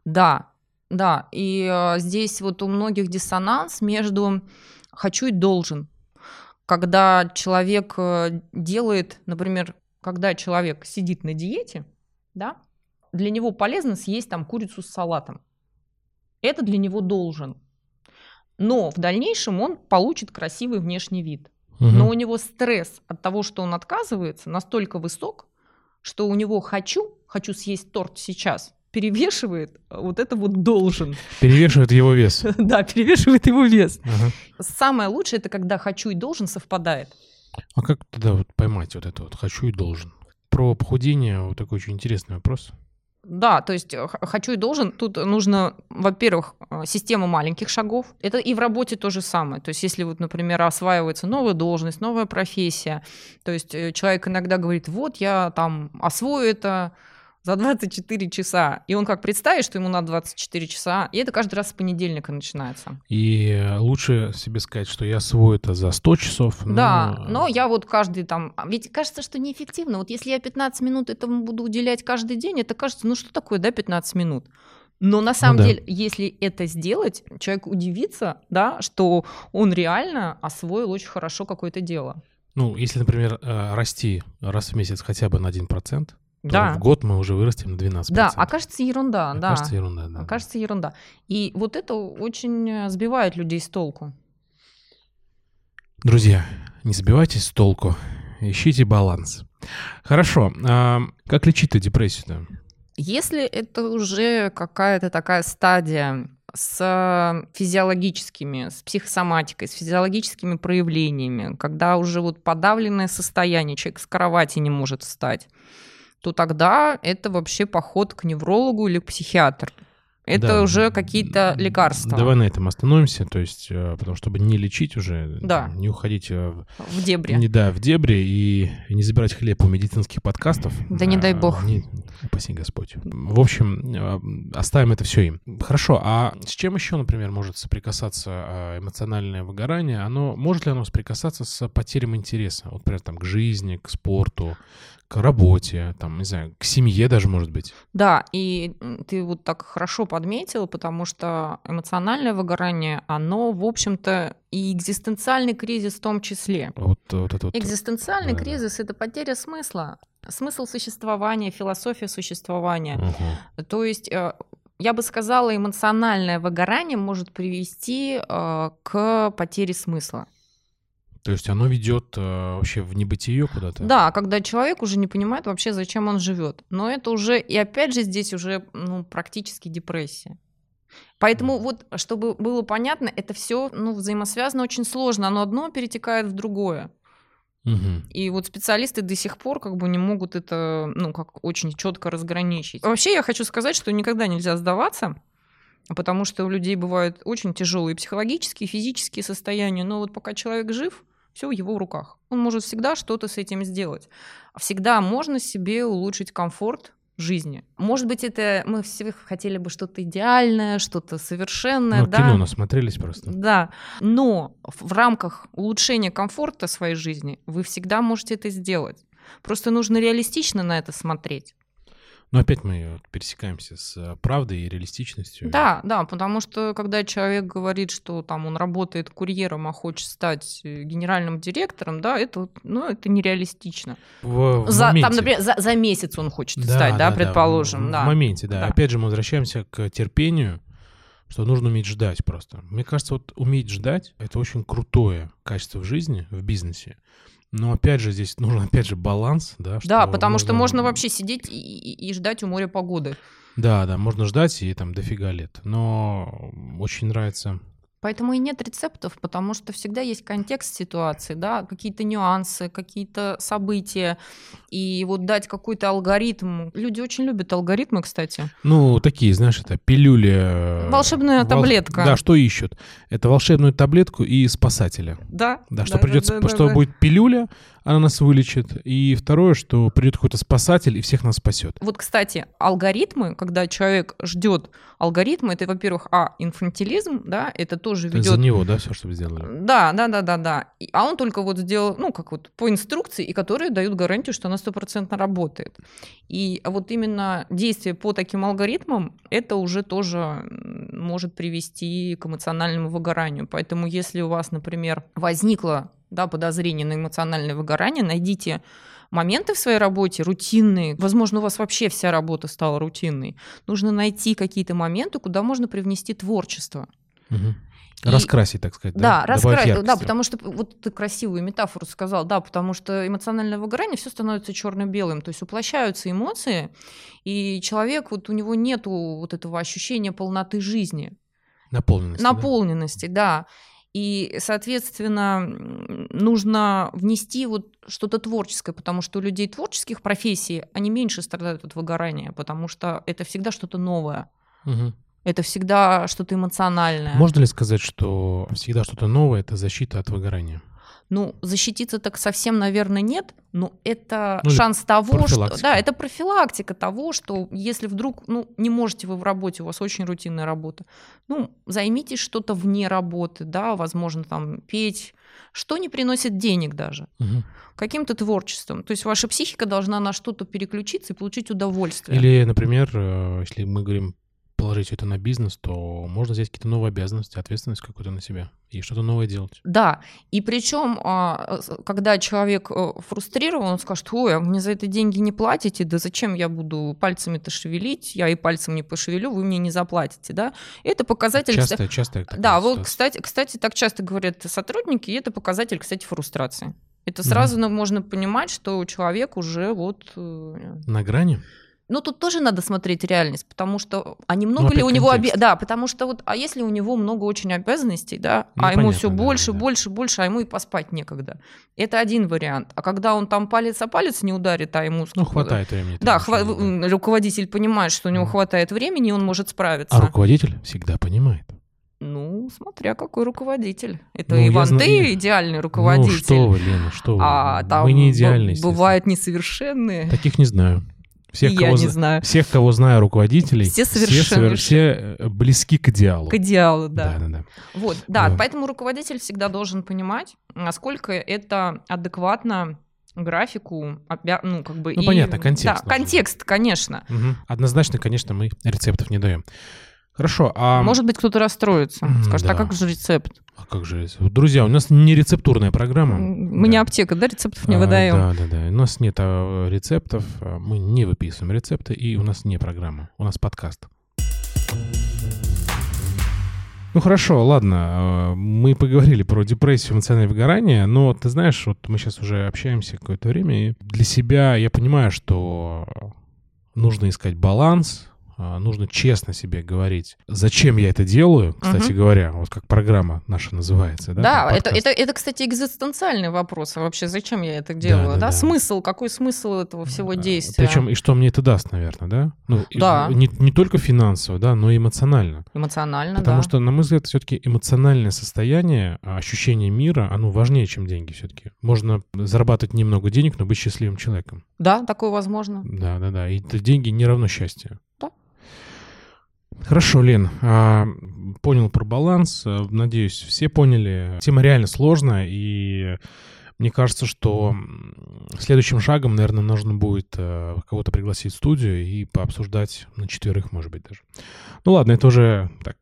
S2: Да, и здесь вот у многих диссонанс между «хочу» и «должен». Когда человек делает, например, когда человек сидит на диете, да, для него полезно съесть там курицу с салатом. Это для него должен. Но в дальнейшем он получит красивый внешний вид. Но у него стресс от того, что он отказывается, настолько высок, что у него «хочу съесть торт сейчас», перевешивает вот это вот «должен».
S1: Перевешивает его вес.
S2: Да, перевешивает его вес. Самое лучшее — это когда «хочу» и «должен» совпадает.
S1: А как тогда вот поймать вот это вот «хочу» и «должен»? Про похудение вот такой очень интересный вопрос.
S2: Да, то есть «хочу» и «должен», тут нужно, во-первых, система маленьких шагов. Это и в работе то же самое. То есть если вот, например, осваивается новая должность, новая профессия, то есть человек иногда говорит, вот я там освою это за 24 часа. И он как представит, что ему надо 24 часа, и это каждый раз с понедельника начинается.
S1: И лучше себе сказать, что я освою это за 100 часов.
S2: Да, но я вот каждый там... Ведь кажется, что неэффективно. Вот если я 15 минут этому буду уделять каждый день, это кажется, что такое, да, 15 минут? Но на самом деле, если это сделать, человек удивится, да, что он реально освоил очень хорошо какое-то дело.
S1: Если, например, расти раз в месяц хотя бы на 1%,
S2: да.
S1: В год мы уже вырастем на 12%.
S2: Да, окажется ерунда.
S1: Окажется ерунда, да.
S2: Окажется ерунда. И вот это очень сбивает людей с толку.
S1: Друзья, не сбивайтесь с толку, ищите баланс. Хорошо. Как лечить-то депрессию-то?
S2: Если это уже какая-то такая стадия с физиологическими, с психосоматикой, с физиологическими проявлениями, когда уже вот подавленное состояние, человек с кровати не может встать, то тогда это вообще поход к неврологу или к психиатру. Это уже какие-то лекарства.
S1: Давай на этом остановимся, то есть, потому что, чтобы не лечить уже, не уходить
S2: в дебри.
S1: В дебри и не забирать хлеб у медицинских подкастов.
S2: Да не дай бог.
S1: Упаси Господь. В общем, оставим это все им. Хорошо, а с чем еще, например, может соприкасаться эмоциональное выгорание? Может ли оно соприкасаться с потерей интереса? Вот, например, там, к жизни, к спорту, к работе, там, не знаю, к семье даже, может быть.
S2: Да, и ты вот так хорошо подметила, потому что эмоциональное выгорание, оно, в общем-то, и экзистенциальный кризис в том числе. Экзистенциальный кризис — это потеря смысла. Смысл существования, философия существования. То есть, я бы сказала, эмоциональное выгорание может привести к потере смысла.
S1: То есть оно ведет вообще в небытие куда-то?
S2: Да, когда человек уже не понимает вообще, зачем он живет. Но это уже, и опять же, здесь уже практически депрессия. Поэтому вот, чтобы было понятно, это все взаимосвязано очень сложно. Оно одно перетекает в другое. И вот специалисты до сих пор не могут это как очень четко разграничить. Вообще я хочу сказать, что никогда нельзя сдаваться, потому что у людей бывают очень тяжелые психологические, физические состояния. Но вот пока человек жив, все в его руках. Он может всегда что-то с этим сделать. Всегда можно себе улучшить комфорт жизни. Может быть, это мы все хотели бы что-то идеальное, что-то совершенное.
S1: Кино насмотрелись просто.
S2: Да, но в рамках улучшения комфорта своей жизни вы всегда можете это сделать. Просто нужно реалистично на это смотреть.
S1: Но опять мы пересекаемся с правдой и реалистичностью.
S2: Да, потому что когда человек говорит, что там он работает курьером, а хочет стать генеральным директором, да, это нереалистично.
S1: Например,
S2: за месяц он хочет стать, предположим.
S1: В моменте, да. Опять же, мы возвращаемся к терпению, что нужно уметь ждать просто. Мне кажется, вот уметь ждать — это очень крутое качество в жизни, в бизнесе. Но опять же, здесь нужен баланс, да?
S2: Да, потому что можно вообще сидеть и ждать у моря погоды.
S1: Да, можно ждать и там дофига лет. Но очень нравится.
S2: Поэтому и нет рецептов, потому что всегда есть контекст ситуации, да, какие-то нюансы, какие-то события. И вот дать какой-то алгоритм. Люди очень любят алгоритмы, кстати.
S1: Такие, знаешь, это пилюли.
S2: Волшебная таблетка.
S1: Да, что ищут? Это волшебную таблетку и спасателя.
S2: Да.
S1: Что будет пилюля, она нас вылечит. И второе, что придет какой-то спасатель и всех нас спасет.
S2: Вот, кстати, алгоритмы, когда человек ждет алгоритмы, это, во-первых, инфантилизм, да, это тоже ведет...
S1: За него, да, все, что вы сделали?
S2: Да. А он только вот сделал, по инструкции, и которые дают гарантию, что она 100% работает. И вот именно действие по таким алгоритмам, это уже тоже может привести к эмоциональному выгоранию. Поэтому если у вас, например, возникло подозрение на эмоциональное выгорание, найдите моменты в своей работе рутинные. Возможно, у вас вообще вся работа стала рутинной. Нужно найти какие-то моменты, куда можно привнести творчество.
S1: Раскрасить, так сказать.
S2: Да, раскрасить. Да, потому что вот ты красивую метафору сказал, да, потому что эмоциональное выгорание все становится черно-белым, то есть уплощаются эмоции, и человек, у него нету вот этого ощущения полноты жизни. Наполненности, да. И, соответственно, нужно внести что-то творческое, потому что у людей творческих профессий, они меньше страдают от выгорания, потому что это всегда что-то новое. Это всегда что-то эмоциональное.
S1: Можно ли сказать, что всегда что-то новое — это защита от выгорания?
S2: Защититься так совсем, наверное, нет, но это шанс того, что... Да, это профилактика того, что если вдруг, не можете вы в работе, у вас очень рутинная работа, займитесь что-то вне работы, да, возможно, там, петь, что не приносит денег даже, каким-то творчеством. То есть ваша психика должна на что-то переключиться и получить удовольствие.
S1: Или, например, если мы говорим положить это на бизнес, то можно взять какие-то новые обязанности, ответственность какую-то на себя и что-то новое делать.
S2: Да, и причем, когда человек фрустрирован, он скажет: ой, а мне за это деньги не платите, да зачем я буду пальцами-то шевелить, я и пальцем не пошевелю, вы мне не заплатите, да? Это показатель...
S1: Часто.
S2: Да, вот, кстати, так часто говорят сотрудники, и это показатель, кстати, фрустрации. Это сразу можно понимать, что человек уже
S1: на грани?
S2: Ну, тут тоже надо смотреть реальность, потому что, а немного ли у него... Да, потому что вот, а если у него много очень обязанностей, да, а ему все больше, больше, а ему и поспать некогда. Это один вариант. А когда он там палец о палец не ударит, а ему...
S1: Ну, хватает времени.
S2: Да, руководитель понимает, что у него хватает времени, и он может справиться.
S1: А руководитель всегда понимает.
S2: Ну, смотря какой руководитель. Это Иван, ты идеальный руководитель.
S1: Ну, что вы, Лена, что вы.
S2: А там
S1: мы не идеальны,
S2: бывают несовершенные.
S1: Таких не знаю. Всех,
S2: я не знаю.
S1: Всех, кого знаю, руководителей,
S2: все совершенные.
S1: Все близки к идеалу.
S2: К идеалу, да.
S1: Да.
S2: Вот, да, поэтому руководитель всегда должен понимать, насколько это адекватно графику, ну, как бы...
S1: Ну, понятно, контекст.
S2: Да, контекст, конечно.
S1: Угу. Однозначно, конечно, мы рецептов не даем. Хорошо, а...
S2: Может быть, кто-то расстроится. Скажет, а как же рецепт?
S1: А как же рецепт? Друзья, у нас не рецептурная программа.
S2: Мы не аптека, да, рецептов не выдаем.
S1: Да. У нас нет рецептов, мы не выписываем рецепты, и у нас не программа, у нас подкаст. Ну хорошо, ладно, мы поговорили про депрессию, эмоциональное выгорание, но ты знаешь, вот мы сейчас уже общаемся какое-то время, и для себя я понимаю, что нужно искать баланс, нужно честно себе говорить, зачем я это делаю, кстати говоря, вот как программа наша называется.
S2: Да, это, кстати, экзистенциальный вопрос. А вообще, зачем я это делаю? Да. Смысл, какой смысл этого всего действия?
S1: Причем, и что мне это даст, наверное, да? Ну,
S2: да.
S1: Не только финансово, да, но и эмоционально.
S2: Эмоционально,
S1: Потому что, на мой взгляд, все-таки эмоциональное состояние, ощущение мира, оно важнее, чем деньги все-таки. Можно зарабатывать немного денег, но быть счастливым человеком.
S2: Да, такое возможно.
S1: Да. И деньги не равно счастью.
S2: Да.
S1: Хорошо, Лен, понял про баланс. Надеюсь, все поняли. Тема реально сложная, и мне кажется, что следующим шагом, наверное, нужно будет кого-то пригласить в студию и пообсуждать на 4, может быть, даже. Ну ладно, это уже так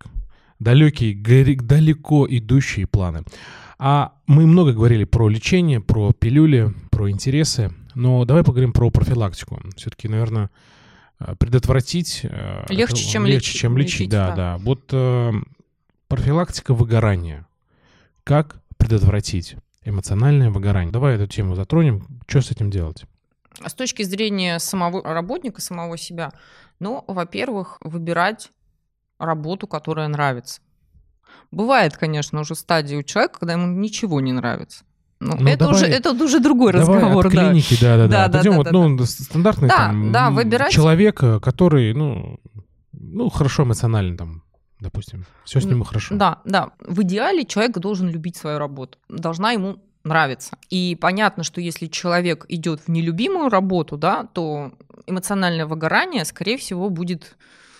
S1: далеко идущие планы. А мы много говорили про лечение, про пилюли, про интересы, но давай поговорим про профилактику. Все-таки, наверное, предотвратить
S2: легче, чем лечить.
S1: Да. Вот профилактика выгорания. Как предотвратить эмоциональное выгорание? Давай эту тему затронем. Что с этим делать?
S2: С точки зрения самого работника, самого себя, ну, во-первых, выбирать работу, которая нравится. Бывает, конечно, уже стадия у человека, когда ему ничего не нравится. Это уже другой разговор.
S1: От клиники, да. Пойдем
S2: да.
S1: Стандартный
S2: выбирать...
S1: человек, который, хорошо эмоционально там, допустим, все с ним хорошо.
S2: Да. В идеале человек должен любить свою работу, должна ему нравиться. И понятно, что если человек идет в нелюбимую работу, да, то эмоциональное выгорание, скорее всего, будет,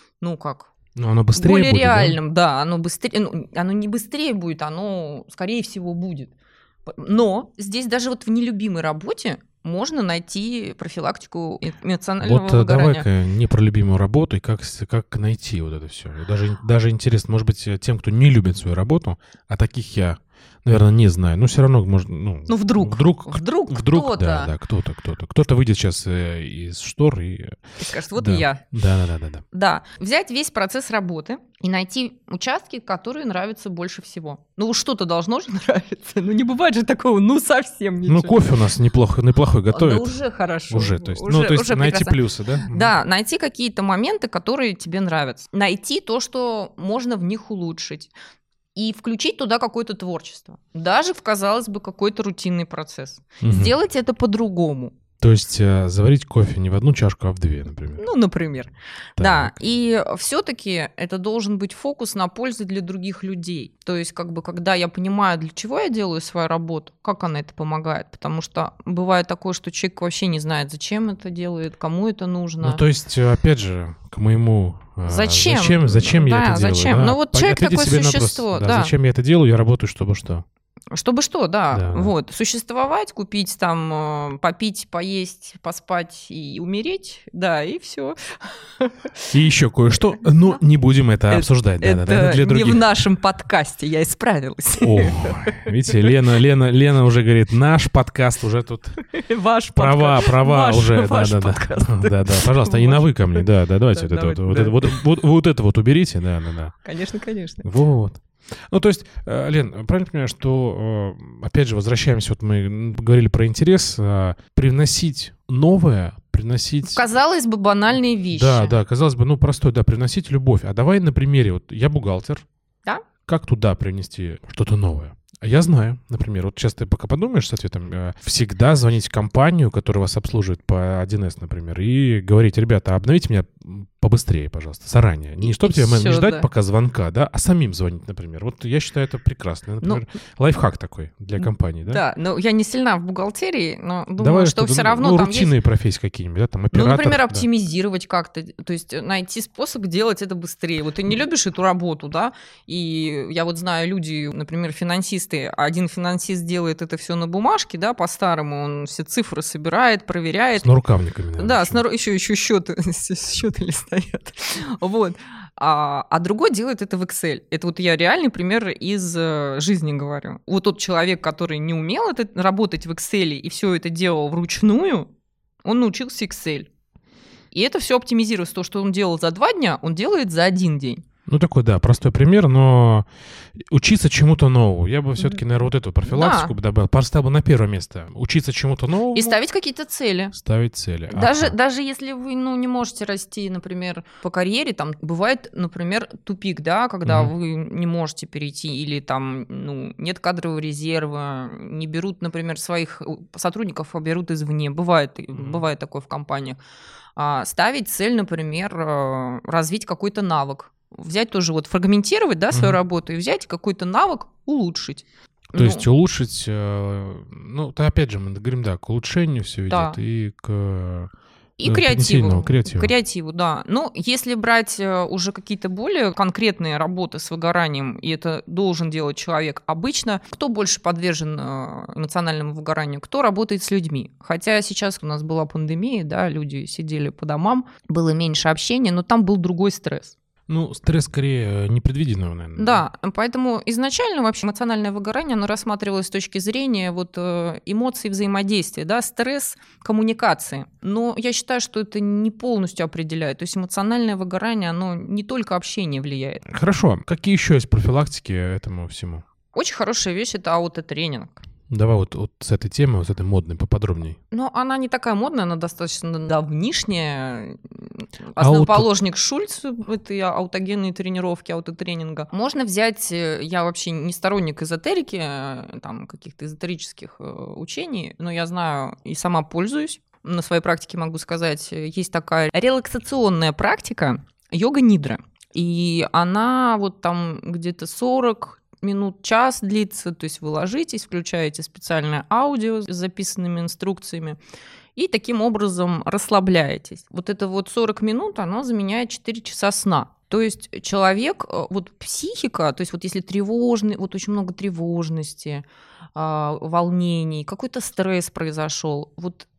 S1: оно быстрее
S2: более
S1: будет,
S2: реальным, да, оно быстрее, оно не быстрее будет, оно, скорее всего, будет. Но здесь даже вот в нелюбимой работе можно найти профилактику эмоционального выгорания.
S1: Давай-ка не про любимую работу и как найти вот это все. Даже интересно, может быть, тем, кто не любит свою работу, а таких я, наверное, не знаю, но все равно может...
S2: Вдруг кто-то.
S1: Да, кто-то выйдет сейчас из штор и
S2: скажет, вот и я.
S1: Да.
S2: Да, взять весь процесс работы и найти участки, которые нравятся больше всего. Что-то должно же нравиться. Не бывает же такого, совсем ничего.
S1: Кофе у нас неплохой готовит.
S2: Да уже хорошо.
S1: Уже найти плюсы, да?
S2: Да, найти какие-то моменты, которые тебе нравятся. Найти то, что можно в них улучшить. И включить туда какое-то творчество. Даже в, казалось бы, какой-то рутинный процесс. Сделать это по-другому.
S1: То есть заварить кофе не в 1 чашку, а в 2, например.
S2: Например.
S1: Так.
S2: Да, и все-таки это должен быть фокус на пользу для других людей. То есть, когда я понимаю, для чего я делаю свою работу, как она это помогает. Потому что бывает такое, что человек вообще не знает, зачем это делает, кому это нужно.
S1: То есть, опять же, к моему...
S2: Зачем
S1: я это делаю?
S2: Зачем? Да? Человек такое существо.
S1: Да. Зачем я это делаю? Я работаю, чтобы что?
S2: Чтобы что, да. Вот. Существовать, купить там, попить, поесть, поспать и умереть, да, и все.
S1: И еще кое-что, но не будем это обсуждать.
S2: Это
S1: для других.
S2: Не в нашем подкасте, я исправилась.
S1: Видите, Лена уже говорит, наш подкаст уже тут...
S2: Ваш
S1: права
S2: подкаст.
S1: Уже, да. Пожалуйста, и на вы ко мне, да, давайте вот это вот уберите, да.
S2: Конечно.
S1: Вот. То есть, Лен, правильно понимаю, что, опять же, возвращаемся, вот мы говорили про интерес, привносить новое, приносить...
S2: Казалось бы, банальные вещи.
S1: Да, казалось бы, простой, привносить любовь. А давай на примере, вот я бухгалтер.
S2: Да?
S1: Как туда привнести что-то новое? А я знаю, например, вот сейчас ты пока подумаешь с ответом, всегда звонить в компанию, которая вас обслуживает по 1С, например, и говорить: ребята, обновите меня побыстрее, пожалуйста, заранее. Не чтобы тебя не ждать пока звонка, да, а самим звонить, например. Вот я считаю это прекрасно. Например, лайфхак такой для компании, да?
S2: Да, но я не сильна в бухгалтерии, но думаю, что все равно там
S1: рутинные
S2: есть...
S1: профессии какие-нибудь, да, там оператор.
S2: Например, оптимизировать как-то, то есть найти способ делать это быстрее. Вот ты не любишь эту работу, да, и я вот знаю люди, например, финансисты, один финансист делает это все на бумажке, да, по-старому, он все цифры собирает, проверяет.
S1: С нарукавниками, наверное.
S2: Да, еще счеты стоят. Вот. А другой делает это в Excel. Это вот я реальный пример из жизни говорю. Вот тот человек, который не умел работать в Excel и все это делал вручную, он научился Excel. И это все оптимизируется. То, что он делал за 2 дня, он делает за 1 день.
S1: Такой, простой пример, но учиться чему-то новому. Я бы все-таки, наверное, вот эту профилактику бы добавил. Поставил бы на первое место. Учиться чему-то новому.
S2: И ставить какие-то цели.
S1: Ставить цели.
S2: Даже если вы не можете расти, например, по карьере, там бывает, например, тупик, да, когда вы не можете перейти, или там нет кадрового резерва, не берут, например, своих сотрудников, а берут извне. Бывает такое в компаниях. Ставить цель, например, развить какой-то навык. Взять тоже, фрагментировать, да, свою работу и взять какой-то навык, улучшить.
S1: То есть улучшить, опять же, мы говорим, к улучшению все идет, и к...
S2: И креативу, да. Но если брать уже какие-то более конкретные работы с выгоранием, и это должен делать человек, обычно кто больше подвержен эмоциональному выгоранию? Кто работает с людьми? Хотя сейчас у нас была пандемия, да, люди сидели по домам, было меньше общения, но там был другой стресс.
S1: Стресс скорее непредвиденного, наверное.
S2: Да, поэтому изначально вообще эмоциональное выгорание, оно рассматривалось с точки зрения эмоций взаимодействия, да, стресс коммуникации. Но я считаю, что это не полностью определяет. То есть эмоциональное выгорание, оно не только общение влияет.
S1: Хорошо. Какие еще есть профилактики этому всему?
S2: Очень хорошая вещь – это аутотренинг.
S1: Давай вот с этой темы, с этой модной, поподробнее.
S2: Она не такая модная, она достаточно давнишняя. Основоположник Шульц этой аутогенной тренировки, аутотренинга. Можно взять, я вообще не сторонник эзотерики, там каких-то эзотерических учений, но я знаю и сама пользуюсь. На своей практике могу сказать, есть такая релаксационная практика йога-нидра. И она там где-то 40 минут, час длится, то есть вы ложитесь, включаете специальное аудио с записанными инструкциями и таким образом расслабляетесь. Это 40 минут, оно заменяет 4 часа сна. То есть человек, психика, то есть если тревожный, очень много тревожности, волнений, какой-то стресс произошел,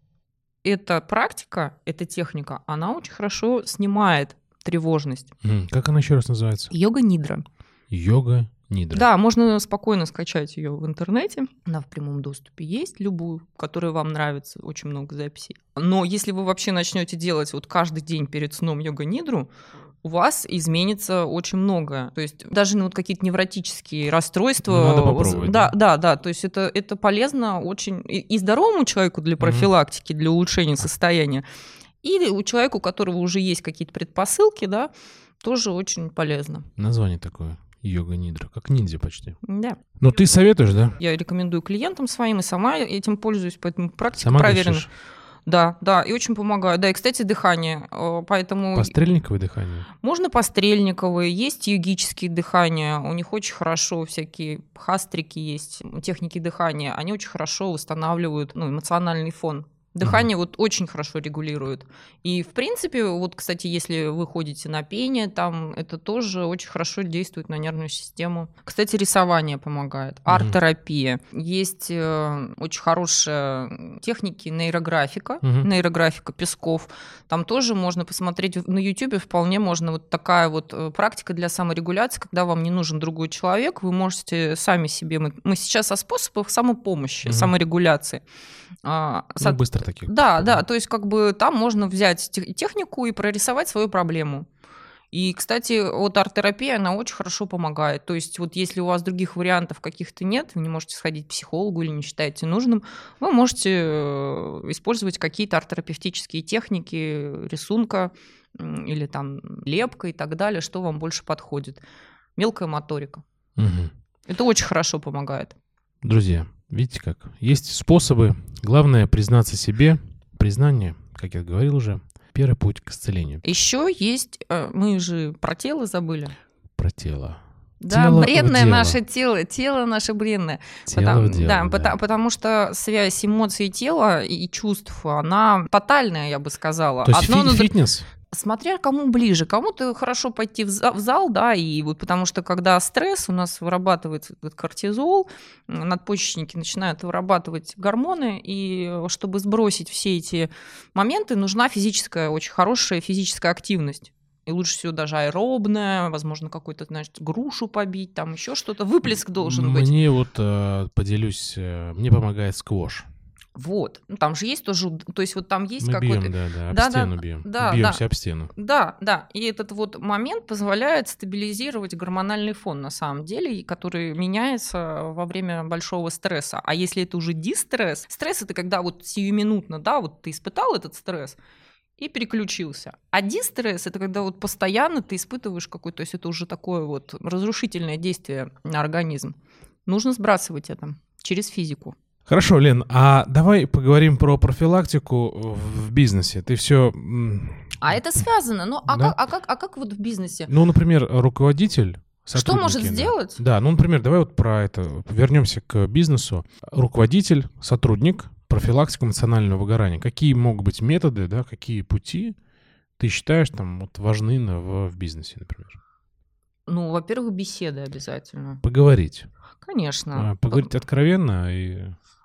S2: эта практика, эта техника, она очень хорошо снимает тревожность.
S1: Как она еще раз называется?
S2: Йога-нидра.
S1: Йога-нидра.
S2: Да, можно спокойно скачать ее в интернете. Она в прямом доступе есть, любую, которая вам нравится, очень много записей. Но если вы вообще начнете делать каждый день перед сном йога-нидру, у вас изменится очень многое. То есть даже какие-то невротические расстройства.
S1: Надо попробовать.
S2: Да. То есть это полезно очень и здоровому человеку для профилактики, для улучшения состояния, и у человека, у которого уже есть какие-то предпосылки, да, тоже очень полезно.
S1: Название такое. Йога-нидра. Как ниндзя почти.
S2: Да.
S1: Но ты советуешь, да?
S2: Я рекомендую клиентам своим, и сама этим пользуюсь, поэтому практика
S1: сама
S2: проверена.
S1: Дышишь?
S2: Да, и очень помогаю. Да, и, кстати, дыхание. Поэтому...
S1: Пострельниковое дыхание?
S2: Можно пострельниковые, есть йогические дыхания, у них очень хорошо всякие хастрики есть, техники дыхания, они очень хорошо восстанавливают эмоциональный фон. Дыхание очень хорошо регулирует. И, в принципе, кстати, если вы ходите на пение, там это тоже очень хорошо действует на нервную систему. Кстати, рисование помогает, арт-терапия. Есть очень хорошие техники нейрографика, нейрографика Песков. Там тоже можно посмотреть, на YouTube вполне можно такая практика для саморегуляции, когда вам не нужен другой человек, вы можете сами себе... Мы сейчас о способах самопомощи, саморегуляции.
S1: Быстро таких.
S2: Да, то есть там можно взять технику и прорисовать свою проблему. И, кстати, вот арт-терапия, она очень хорошо помогает. То есть вот если у вас других вариантов каких-то нет, вы не можете сходить к психологу или не считаете нужным, вы можете использовать какие-то арт-терапевтические техники, рисунка или там лепка и так далее, что вам больше подходит. Мелкая моторика. Это очень хорошо помогает.
S1: Друзья, видите как? Есть способы. Главное признаться себе. Признание, как я говорил уже, первый путь к исцелению.
S2: Еще есть, мы же про тело забыли.
S1: Про тело.
S2: Да,
S1: тело
S2: бренное наше тело наше бренное. Потому что связь эмоций и тела и чувств, она тотальная, я бы сказала.
S1: То есть фитнес?
S2: Смотря кому ближе. Кому-то хорошо пойти в зал, да, и вот потому что когда стресс, у нас вырабатывается кортизол, надпочечники начинают вырабатывать гормоны, и чтобы сбросить все эти моменты, нужна очень хорошая физическая активность. И лучше всего даже аэробная, возможно, какой-то, значит, грушу побить, там еще что-то. Выплеск должен быть.
S1: Мне вот, поделюсь, мне помогает сквош.
S2: Вот. Ну, там же есть тоже, то есть вот там есть
S1: мы
S2: какой-то...
S1: бьем, об стену бьем. Бьемся об стену.
S2: Да. И этот вот момент позволяет стабилизировать гормональный фон, на самом деле, который меняется во время большого стресса. А если это уже дистресс, стресс — это когда вот сиюминутно, да, вот ты испытал этот стресс и переключился. А дистресс — это когда вот постоянно ты испытываешь какой-то, то есть это уже такое вот разрушительное действие на организм. Нужно сбрасывать это через физику.
S1: Хорошо, Лен, а давай поговорим про профилактику в бизнесе. Ты все...
S2: А это связано. Ну, да? как вот в бизнесе?
S1: Ну, например, руководитель...
S2: Что может сделать?
S1: Да, ну, например, давай вот про это. Вернемся к бизнесу. Руководитель, сотрудник, профилактика эмоционального выгорания. Какие могут быть методы, да, какие пути ты считаешь там вот важны в бизнесе, например?
S2: Ну, во-первых, беседы обязательно.
S1: Поговорить.
S2: Конечно.
S1: Поговорить откровенно и...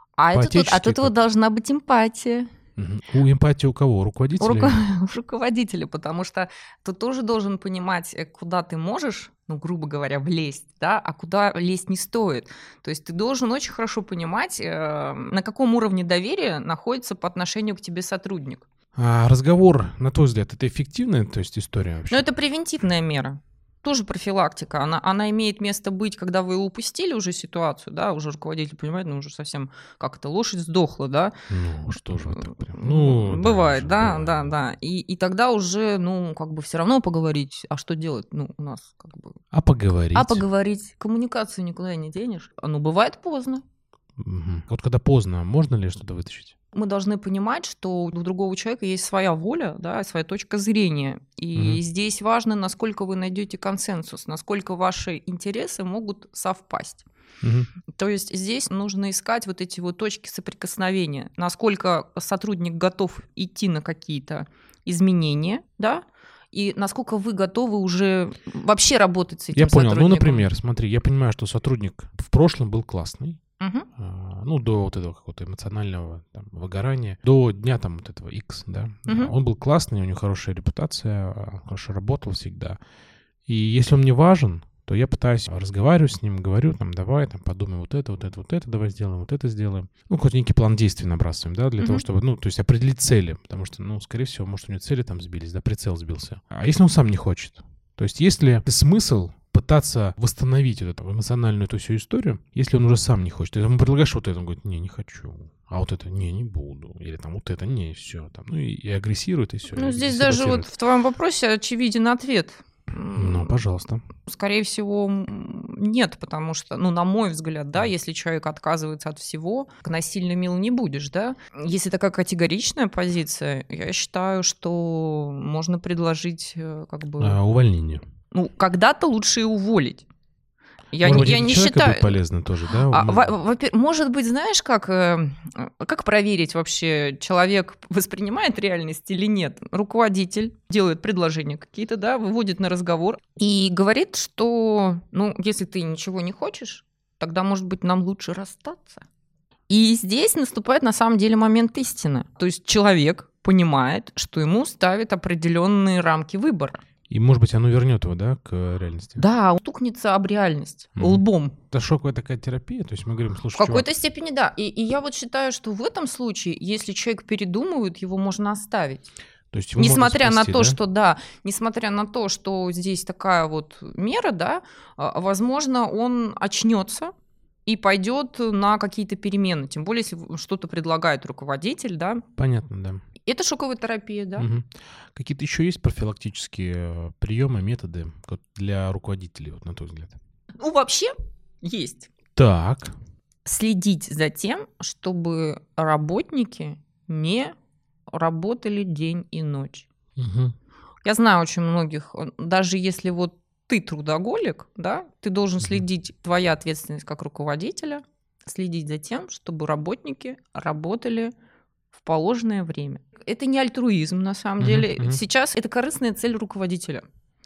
S2: тут вот должна быть эмпатия.
S1: У эмпатии у кого? У руководителя?
S2: У руководителя, потому что ты тоже должен понимать, куда ты можешь, ну, грубо говоря, влезть, да, а куда лезть не стоит. То есть ты должен очень хорошо понимать, на каком уровне доверия находится по отношению к тебе сотрудник.
S1: А разговор, на твой взгляд, это эффективная, то есть, история вообще?
S2: Ну, это превентивная мера. Тоже профилактика. Она имеет место быть, когда вы упустили уже ситуацию, да, уже руководитель понимает, ну, уже совсем как это, лошадь сдохла, да.
S1: Ну, что же это прям? Ну,
S2: бывает, да. И тогда уже, ну, как бы все равно поговорить, а что делать? Ну, у нас как бы...
S1: А поговорить?
S2: Коммуникацию никуда не денешь. Ну, бывает поздно.
S1: Вот когда поздно, можно ли что-то вытащить?
S2: Мы должны понимать, что у другого человека есть своя воля, да, своя точка зрения. И здесь важно, насколько вы найдете консенсус, насколько ваши интересы могут совпасть. То есть здесь нужно искать вот эти вот точки соприкосновения, насколько сотрудник готов идти на какие-то изменения, да, и насколько вы готовы уже вообще работать с этим сотрудником.
S1: Я понял. Ну, например, смотри, я понимаю, что сотрудник в прошлом был классный, ну, до вот этого какого-то эмоционального там, выгорания, до дня там вот этого X, да. Он был классный, у него хорошая репутация, хорошо работал всегда. И если он мне важен, то я пытаюсь разговаривать с ним, говорю, там, давай, там, подумай, вот это, давай сделаем, вот это сделаем. Ну, какой-то некий план действий набрасываем, да, для того, чтобы, ну, то есть определить цели, потому что, ну, скорее всего, может, у него цели там сбились, да, прицел сбился. А если он сам не хочет? То есть есть ли смысл пытаться восстановить вот эту эмоциональную эту всю историю, если он уже сам не хочет? Ты ему предлагаешь вот это, он говорит, не хочу. А вот это, не буду. Или там вот это, не, все. Там, ну и агрессирует, и все.
S2: Ну, здесь даже вот в твоем вопросе очевиден ответ.
S1: Ну, пожалуйста.
S2: Скорее всего, нет, потому что, ну, на мой взгляд, да, если человек отказывается от всего, насильно мил не будешь, да. Если такая категоричная позиция, я считаю, что можно предложить как бы...
S1: Увольнение.
S2: Ну, когда-то лучше и уволить. Я
S1: Может быть,
S2: не
S1: человека
S2: считаю.
S1: Будет полезно тоже, да?
S2: Может быть, знаешь, как проверить вообще, человек воспринимает реальность или нет? Руководитель делает предложения какие-то, да, выводит на разговор и говорит, что, ну, если ты ничего не хочешь, тогда, может быть, нам лучше расстаться. И здесь наступает на самом деле момент истины. То есть человек понимает, что ему ставят определенные рамки выбора.
S1: И, может быть, оно вернет его, да, к реальности?
S2: Да, он стукнется об реальность лбом.
S1: Это шоковая такая терапия? То есть мы говорим, слушай,
S2: в какой-то степени, да. И я вот считаю, что в этом случае, если человек передумывает, его можно оставить.
S1: То есть его можно
S2: Несмотря
S1: спасти,
S2: на то,
S1: да?
S2: что, да, несмотря на то, что здесь такая вот мера, да, возможно, он очнется и пойдет на какие-то перемены. Тем более, если что-то предлагает руководитель, да.
S1: Понятно, да.
S2: Это шоковая терапия, да.
S1: Мгм. Какие-то еще есть профилактические приемы, методы вот для руководителей, вот, на твой взгляд?
S2: Ну, вообще есть.
S1: Так.
S2: Следить за тем, чтобы работники не работали день и ночь.
S1: Мгм.
S2: Я знаю очень многих, даже если вот ты трудоголик, да, ты должен
S1: Мгм.
S2: следить, твоя ответственность как руководителя, следить за тем, чтобы работники работали в положенное время. Это не альтруизм, на самом
S1: Мгм,
S2: деле.
S1: мгм.
S2: Сейчас это корыстная цель руководителя.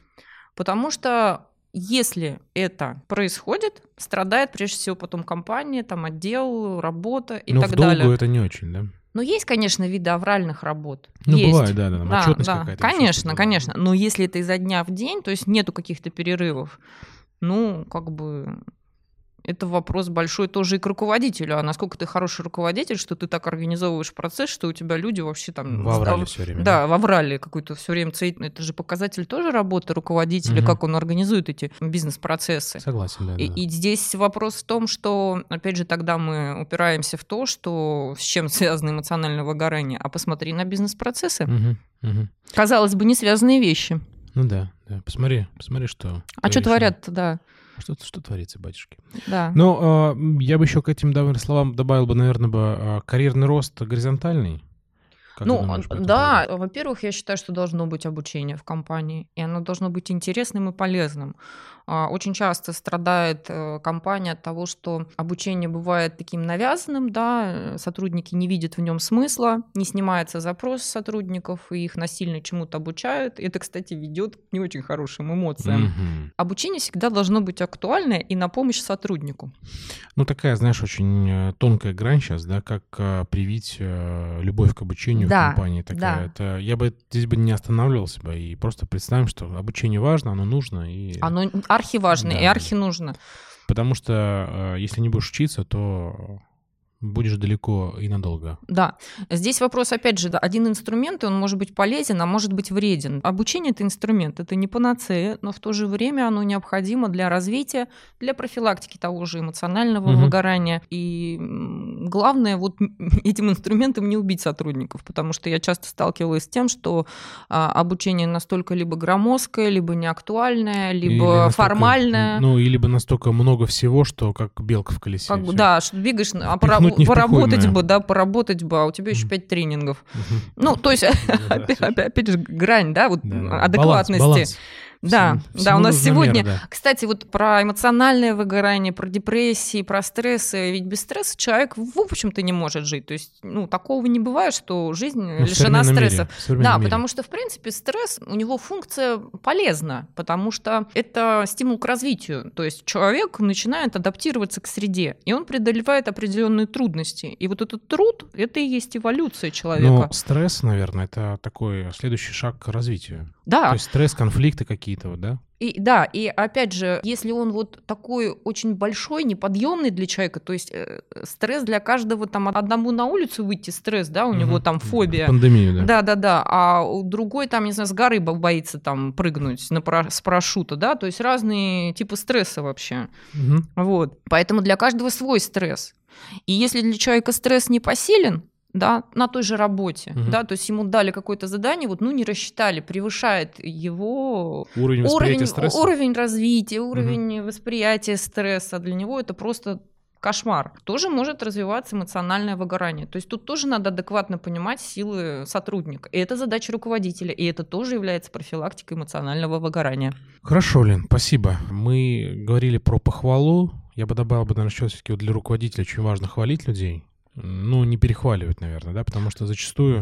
S2: Потому что если это происходит, страдает прежде всего потом компания, там отдел, работа и
S1: Но
S2: так
S1: в долгу
S2: далее.
S1: это не очень, да?
S2: Но есть, конечно, виды авральных работ.
S1: Ну,
S2: Есть.
S1: бывает, да, там
S2: Да,
S1: отчетность
S2: да.
S1: какая-то. еще
S2: Конечно,
S1: что-то, да.
S2: конечно. Но если это изо дня в день, то есть нету каких-то перерывов, ну, как бы это вопрос большой тоже и к руководителю. А насколько ты хороший руководитель, что ты так организовываешь процесс, что у тебя люди вообще там...
S1: Воврали все время.
S2: Да, воврали какой-то все время цвет. Это же показатель тоже работы руководителя,
S1: Мгм.
S2: как он организует эти бизнес-процессы.
S1: Согласен, да. да.
S2: И здесь вопрос в том, что, опять же, тогда мы упираемся в то, что с чем связано эмоциональное выгорание, а посмотри на бизнес-процессы.
S1: Мгм, мгм.
S2: Казалось бы, не связанные вещи.
S1: Ну да, да. Посмотри, что.
S2: А что
S1: решение.
S2: творят-то, да.
S1: Что творится, батюшки?
S2: Да.
S1: Ну, я бы еще к этим словам добавил бы, наверное, карьерный рост горизонтальный. Как ты
S2: Ну,
S1: думаешь по этому
S2: да,
S1: поводу?
S2: во-первых, я считаю, что должно быть обучение в компании, и оно должно быть интересным и полезным. Очень часто страдает компания от того, что обучение бывает таким навязанным, да, сотрудники не видят в нем смысла, не снимается запрос с сотрудников, и их насильно чему-то обучают. Это, кстати, ведет к не очень хорошим эмоциям.
S1: Мгм.
S2: Обучение всегда должно быть актуальное и на помощь сотруднику.
S1: Ну, такая, знаешь, очень тонкая грань сейчас, да, как привить любовь к обучению в
S2: Да,
S1: компании. Такая.
S2: да.
S1: Это, я бы здесь бы не останавливался бы, и просто представим, что обучение важно, оно нужно. И...
S2: Оно архиважно
S1: Да.
S2: и архинужно.
S1: Потому что если не будешь учиться, то будешь далеко и надолго.
S2: Да, здесь вопрос, опять же, да, один инструмент, и он может быть полезен, а может быть вреден. Обучение — это инструмент, это не панацея, но в то же время оно необходимо для развития, для профилактики того же эмоционального
S1: Мгм.
S2: выгорания. И главное вот этим инструментом не убить сотрудников, потому что я часто сталкивалась с тем, что обучение настолько либо громоздкое, либо неактуальное,
S1: Или
S2: либо
S1: настолько,
S2: формальное.
S1: Ну, и либо настолько много всего, что как белка в колесе.
S2: Как бы,
S1: всё.
S2: да, что бегаешь,
S1: Впихнуть
S2: поработать
S1: невпихуемое.
S2: бы, да, поработать бы, а у тебя еще
S1: Мгм.
S2: 5 тренингов.
S1: Мгм.
S2: Ну, то есть,
S1: Да,
S2: опять же, грань, да, вот
S1: да.
S2: адекватности.
S1: Баланс.
S2: Да,
S1: Всему
S2: да, у нас
S1: нужна
S2: сегодня,
S1: мера, да.
S2: кстати, вот про эмоциональное выгорание, про депрессии, про стрессы, ведь без стресса человек, в общем-то, не может жить. То есть, ну, такого не бывает, что жизнь
S1: Ну, в
S2: лишена
S1: современном мире,
S2: стрессов.
S1: в современном
S2: Да,
S1: мире.
S2: потому что, в принципе, стресс, у него функция полезна, потому что это стимул к развитию. То есть человек начинает адаптироваться к среде, и он преодолевает определенные трудности. И вот этот труд, это и есть эволюция человека.
S1: Но стресс, наверное, это такой следующий шаг к развитию.
S2: Да.
S1: То есть стресс, конфликты какие-то, вот, да?
S2: Да, и опять же, если он вот такой очень большой, неподъемный для человека, то есть стресс для каждого, там, одному на улицу выйти стресс, да, у него
S1: Мгм.
S2: там фобия.
S1: В пандемию, да.
S2: Да, а у другой там, не знаю, с горы боится там прыгнуть с парашюта, да, то есть разные типы стресса вообще.
S1: Мгм.
S2: Вот. Поэтому для каждого свой стресс. И если для человека стресс не посилен, да, на той же работе,
S1: Мгм.
S2: да, то есть ему дали какое-то задание, вот, ну, не рассчитали, превышает его
S1: Уровень восприятия стресса.
S2: уровень развития, уровень восприятия стресса. Для него это просто кошмар. Тоже может развиваться эмоциональное выгорание. То есть тут тоже надо адекватно понимать силы сотрудника. И это задача руководителя, и это тоже является профилактикой эмоционального выгорания.
S1: Хорошо, Лен, спасибо. Мы говорили про похвалу. Я бы добавил бы, наверное, еще все-таки вот для руководителя очень важно хвалить людей. Ну, не перехваливать, наверное, да, потому что зачастую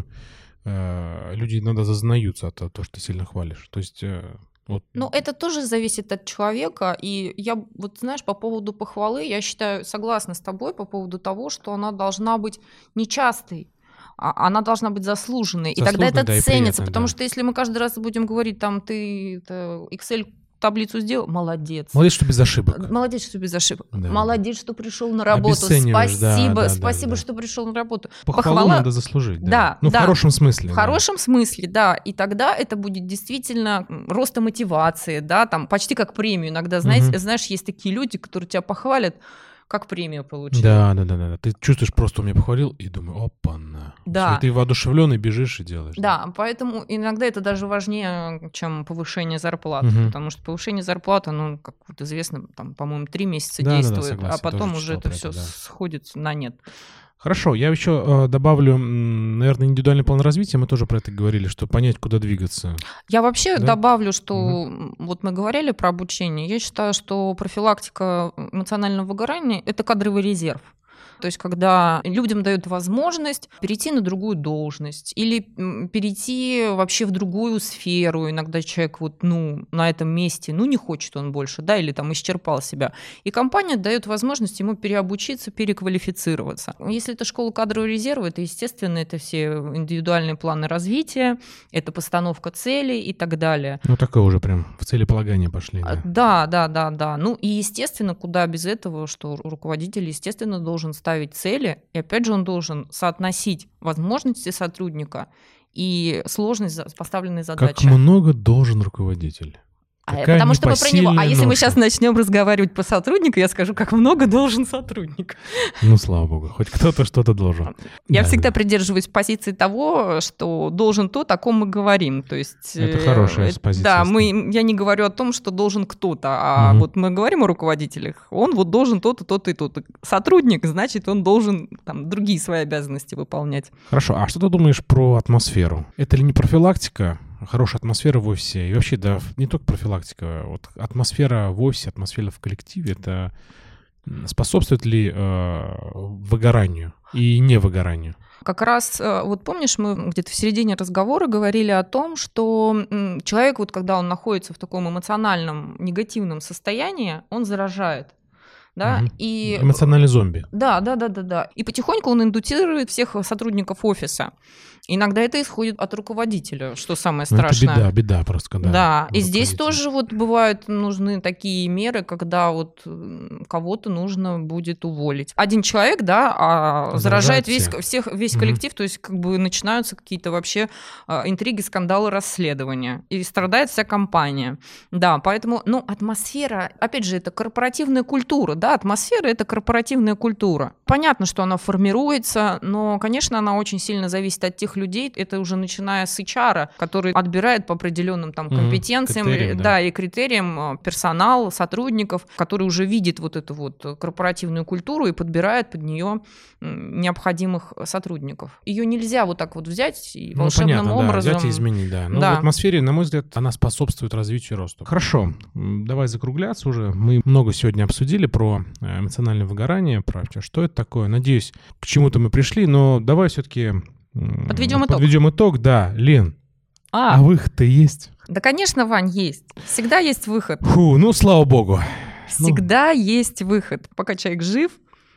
S1: люди иногда зазнаются от того, что ты сильно хвалишь. То есть вот...
S2: Ну, это тоже зависит от человека. И я, вот знаешь, по поводу похвалы, я считаю, согласна с тобой по поводу того, что она должна быть нечастой. Она должна быть заслуженной. И тогда это
S1: да, и
S2: ценится.
S1: приятно,
S2: Потому
S1: да.
S2: что если мы каждый раз будем говорить, там, ты Excel таблицу сделал, молодец.
S1: Молодец, что без ошибок.
S2: Молодец, что без ошибок.
S1: Да.
S2: Молодец, что пришел на работу. Спасибо, что пришел на работу.
S1: Похвалу надо заслужить.
S2: Да.
S1: В хорошем смысле.
S2: В хорошем смысле, да. И тогда это будет действительно роста мотивации, да, там почти как премию. Иногда, знаешь, есть такие люди, которые тебя похвалят, как премию получили.
S1: Да. Ты чувствуешь, просто он меня похвалил, и думаю, опа-на.
S2: Да.
S1: Все, ты воодушевленный бежишь и делаешь.
S2: Да, поэтому иногда это даже важнее, чем повышение зарплаты, потому что повышение зарплаты, как вот известно, там, по-моему, 3 месяца действует,
S1: согласен,
S2: а потом уже это
S1: все
S2: сходит на нет.
S1: Хорошо, я еще добавлю, наверное, индивидуальный план развития. Мы тоже про это говорили, что понять, куда двигаться.
S2: Я вообще добавлю, что вот мы говорили про обучение. Я считаю, что профилактика эмоционального выгорания – это кадровый резерв. То есть когда людям дают возможность перейти на другую должность или перейти вообще в другую сферу. Иногда человек на этом месте, не хочет он больше, да, или там исчерпал себя. И компания дает возможность ему переобучиться, переквалифицироваться. Если это школа кадрового резерва, это, естественно, это все индивидуальные планы развития, это постановка целей и так далее.
S1: Такое уже прям в целеполагание пошли.
S2: Да. И, естественно, куда без этого, что руководитель, естественно, должен ставить цели, и опять же он должен соотносить возможности сотрудника и сложность поставленной задачи.
S1: Как много должен руководитель?
S2: Потому что мы про него. А если мы сейчас начнем разговаривать по сотруднику, я скажу, как много должен сотрудник.
S1: Слава богу, хоть кто-то что-то должен.
S2: Я всегда придерживаюсь позиции того, что должен тот, о ком мы говорим. То есть,
S1: это хорошая позиция.
S2: Да, я не говорю о том, что должен кто-то, а вот мы говорим о руководителях, он вот должен то-то, то-то и то-то. Сотрудник, значит, он должен там другие свои обязанности выполнять.
S1: Хорошо, а что ты думаешь про атмосферу? Это ли не профилактика? Хорошая атмосфера в офисе. И вообще, да, не только профилактика. Вот атмосфера в офисе, атмосфера в коллективе, это способствует ли выгоранию и невыгоранию?
S2: Как раз, вот помнишь, мы где-то в середине разговора говорили о том, что человек, вот когда он находится в таком эмоциональном, негативном состоянии, он заражает. Да? И...
S1: Эмоциональный зомби.
S2: Да. И потихоньку он индуцирует всех сотрудников офиса. Иногда это исходит от руководителя, что самое страшное.
S1: Это беда просто. Когда
S2: да, и здесь тоже вот бывают нужны такие меры, когда вот кого-то нужно будет уволить. Один человек, да, заражает весь коллектив, то есть как бы начинаются какие-то вообще интриги, скандалы, расследования. И страдает вся компания. Да, поэтому, атмосфера, опять же, это корпоративная культура, да, атмосфера – это корпоративная культура. Понятно, что она формируется, но, конечно, она очень сильно зависит от тех людей, это уже начиная с HR, который отбирает по определенным там компетенциям, и критериям персонал, сотрудников, который уже видит вот эту вот корпоративную культуру и подбирает под нее необходимых сотрудников. Ее нельзя вот так вот взять и волшебным образом...
S1: взять и изменить, да. Но в атмосфере, на мой взгляд, она способствует развитию и росту. Хорошо, давай закругляться уже. Мы много сегодня обсудили про эмоциональное выгорание, про что это такое. Надеюсь, к чему-то мы пришли, но давай все-таки... Подведем итог, да. Лен, а выход-то есть?
S2: Да, конечно, Вань, есть. Всегда есть выход.
S1: Слава богу.
S2: Всегда есть выход. Пока человек жив,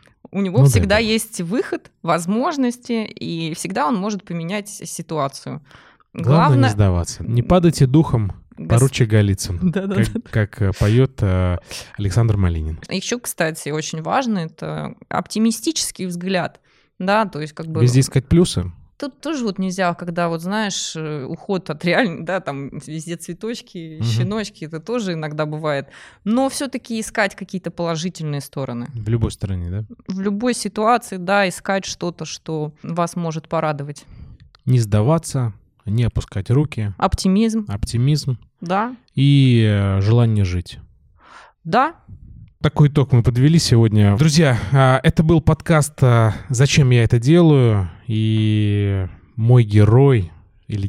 S2: у него всегда есть выход, возможности, и всегда он может поменять ситуацию.
S1: Главное не сдаваться. Не падайте духом, поручик Голицын, как поет Александр Малинин.
S2: Еще, кстати, очень важно, это оптимистический взгляд. Да, то есть как бы...
S1: Везде искать плюсы?
S2: Тут тоже вот нельзя, когда вот знаешь, уход от реальности, да, там везде цветочки, щеночки, это тоже иногда бывает. Но все-таки искать какие-то положительные стороны.
S1: В любой стороне, да?
S2: В любой ситуации, да, искать что-то, что вас может порадовать.
S1: Не сдаваться, не опускать руки.
S2: Оптимизм.
S1: Да. И желание жить.
S2: Да.
S1: Такой итог мы подвели сегодня. Друзья, это был подкаст «Зачем я это делаю?» И мой герой, или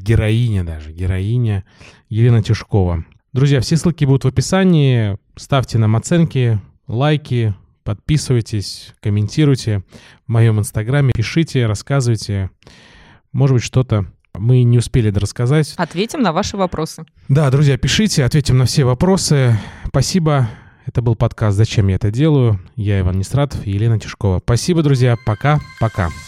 S1: героиня Елена Тишкова. Друзья, все ссылки будут в описании. Ставьте нам оценки, лайки, подписывайтесь, комментируйте в моем инстаграме, пишите, рассказывайте. Может быть, что-то мы не успели рассказать.
S2: Ответим на ваши вопросы.
S1: Да, друзья, пишите, ответим на все вопросы. Спасибо. Это был подкаст «Зачем я это делаю?». Я Иван Нестратов и Елена Тишкова. Спасибо, друзья. Пока-пока.